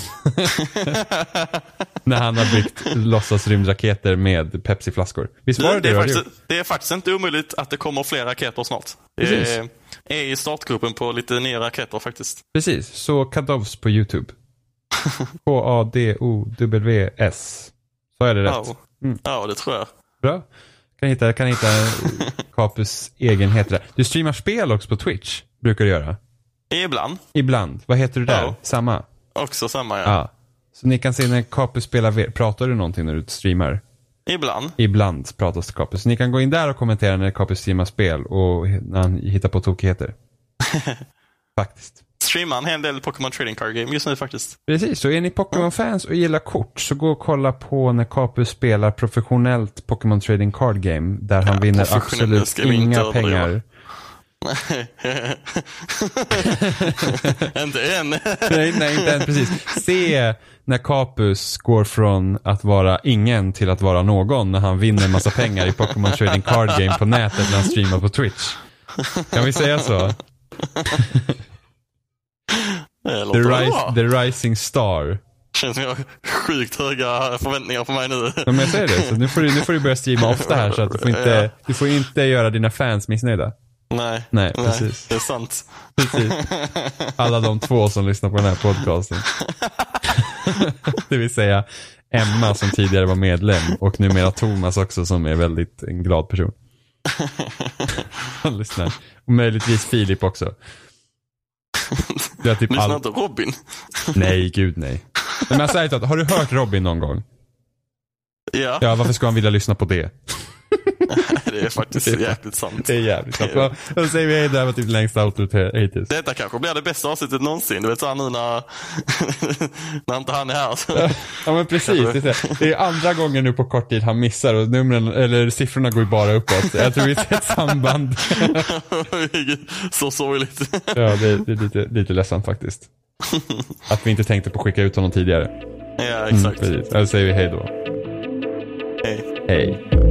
När han har byggt låtsas rymdraketer med Pepsi-flaskor. Visst var det det, det, är det, faktiskt, det är faktiskt inte omöjligt att det kommer fler raketer snart. Det är, är i startgruppen på lite nya raketer faktiskt. Precis, så Kadovs på YouTube. K A D O W S. Så är det rätt. Ja, mm. ja det tror jag. Bra. Kan hitta, kan hitta Capus egen heter det. Du streamar spel också på Twitch, brukar du göra? Ibland. Ibland. Vad heter du där? Ja. Samma? Också samma, ja. ja. Så ni kan se när Capus spelar, pratar du någonting när du streamar? Ibland. Ibland pratas det Capus. Så ni kan gå in där och kommentera när Capus streamar spel och när han hittar på tokigheter. Faktiskt. Streamar en hel del Pokémon Trading Card Game just nu faktiskt. Precis, så är ni Pokémon-fans och gillar kort så gå och kolla på när Capus spelar professionellt Pokémon Trading Card Game där han ja, vinner absolut inga pengar. Inte än. nej, nej, inte än, precis. Se när Capus går från att vara ingen till att vara någon när han vinner massa pengar i Pokémon Trading Card Game på nätet när han streamar på Twitch. Kan vi säga så? The, rise, the Rising Star. Känns som jag har sjukt höga förväntningar på mig nu. Ja, men jag säger det, så nu får du, nu får du börja streama ofta här så att du får inte, ja. du får inte göra dina fans missnöjda. Nej, nej, precis. Nej, det är sant. Precis. Alla de två som lyssnar på den här podcasten. Det vill säga Emma som tidigare var medlem och numera Thomas också som är väldigt en glad person. Han lyssnar. Och möjligtvis Filip också. Typ lyssnar all... inte Robin? Nej, gud nej. Men jag säger att, har du hört Robin någon gång? Ja. Ja, varför ska han vilja lyssna på det? Det är faktiskt det är, jävligt sant. Det är jävligt sant. Då, då säger vi hej där var typ längst outrot hittills. Detta kanske blir det bästa avsnittet någonsin. Du vet så här nu när när inte han är här. Så. Ja men precis. Det är, det är andra gången nu på kort tid han missar och numren, eller siffrorna går ju bara uppåt. Jag tror vi ser ett samband. Så sorgligt. Ja, det är, det är lite, lite ledsamt faktiskt. Att vi inte tänkte på att skicka ut honom tidigare. Ja, exakt. Mm, precis. Då säger vi hej då. Hej. Hej.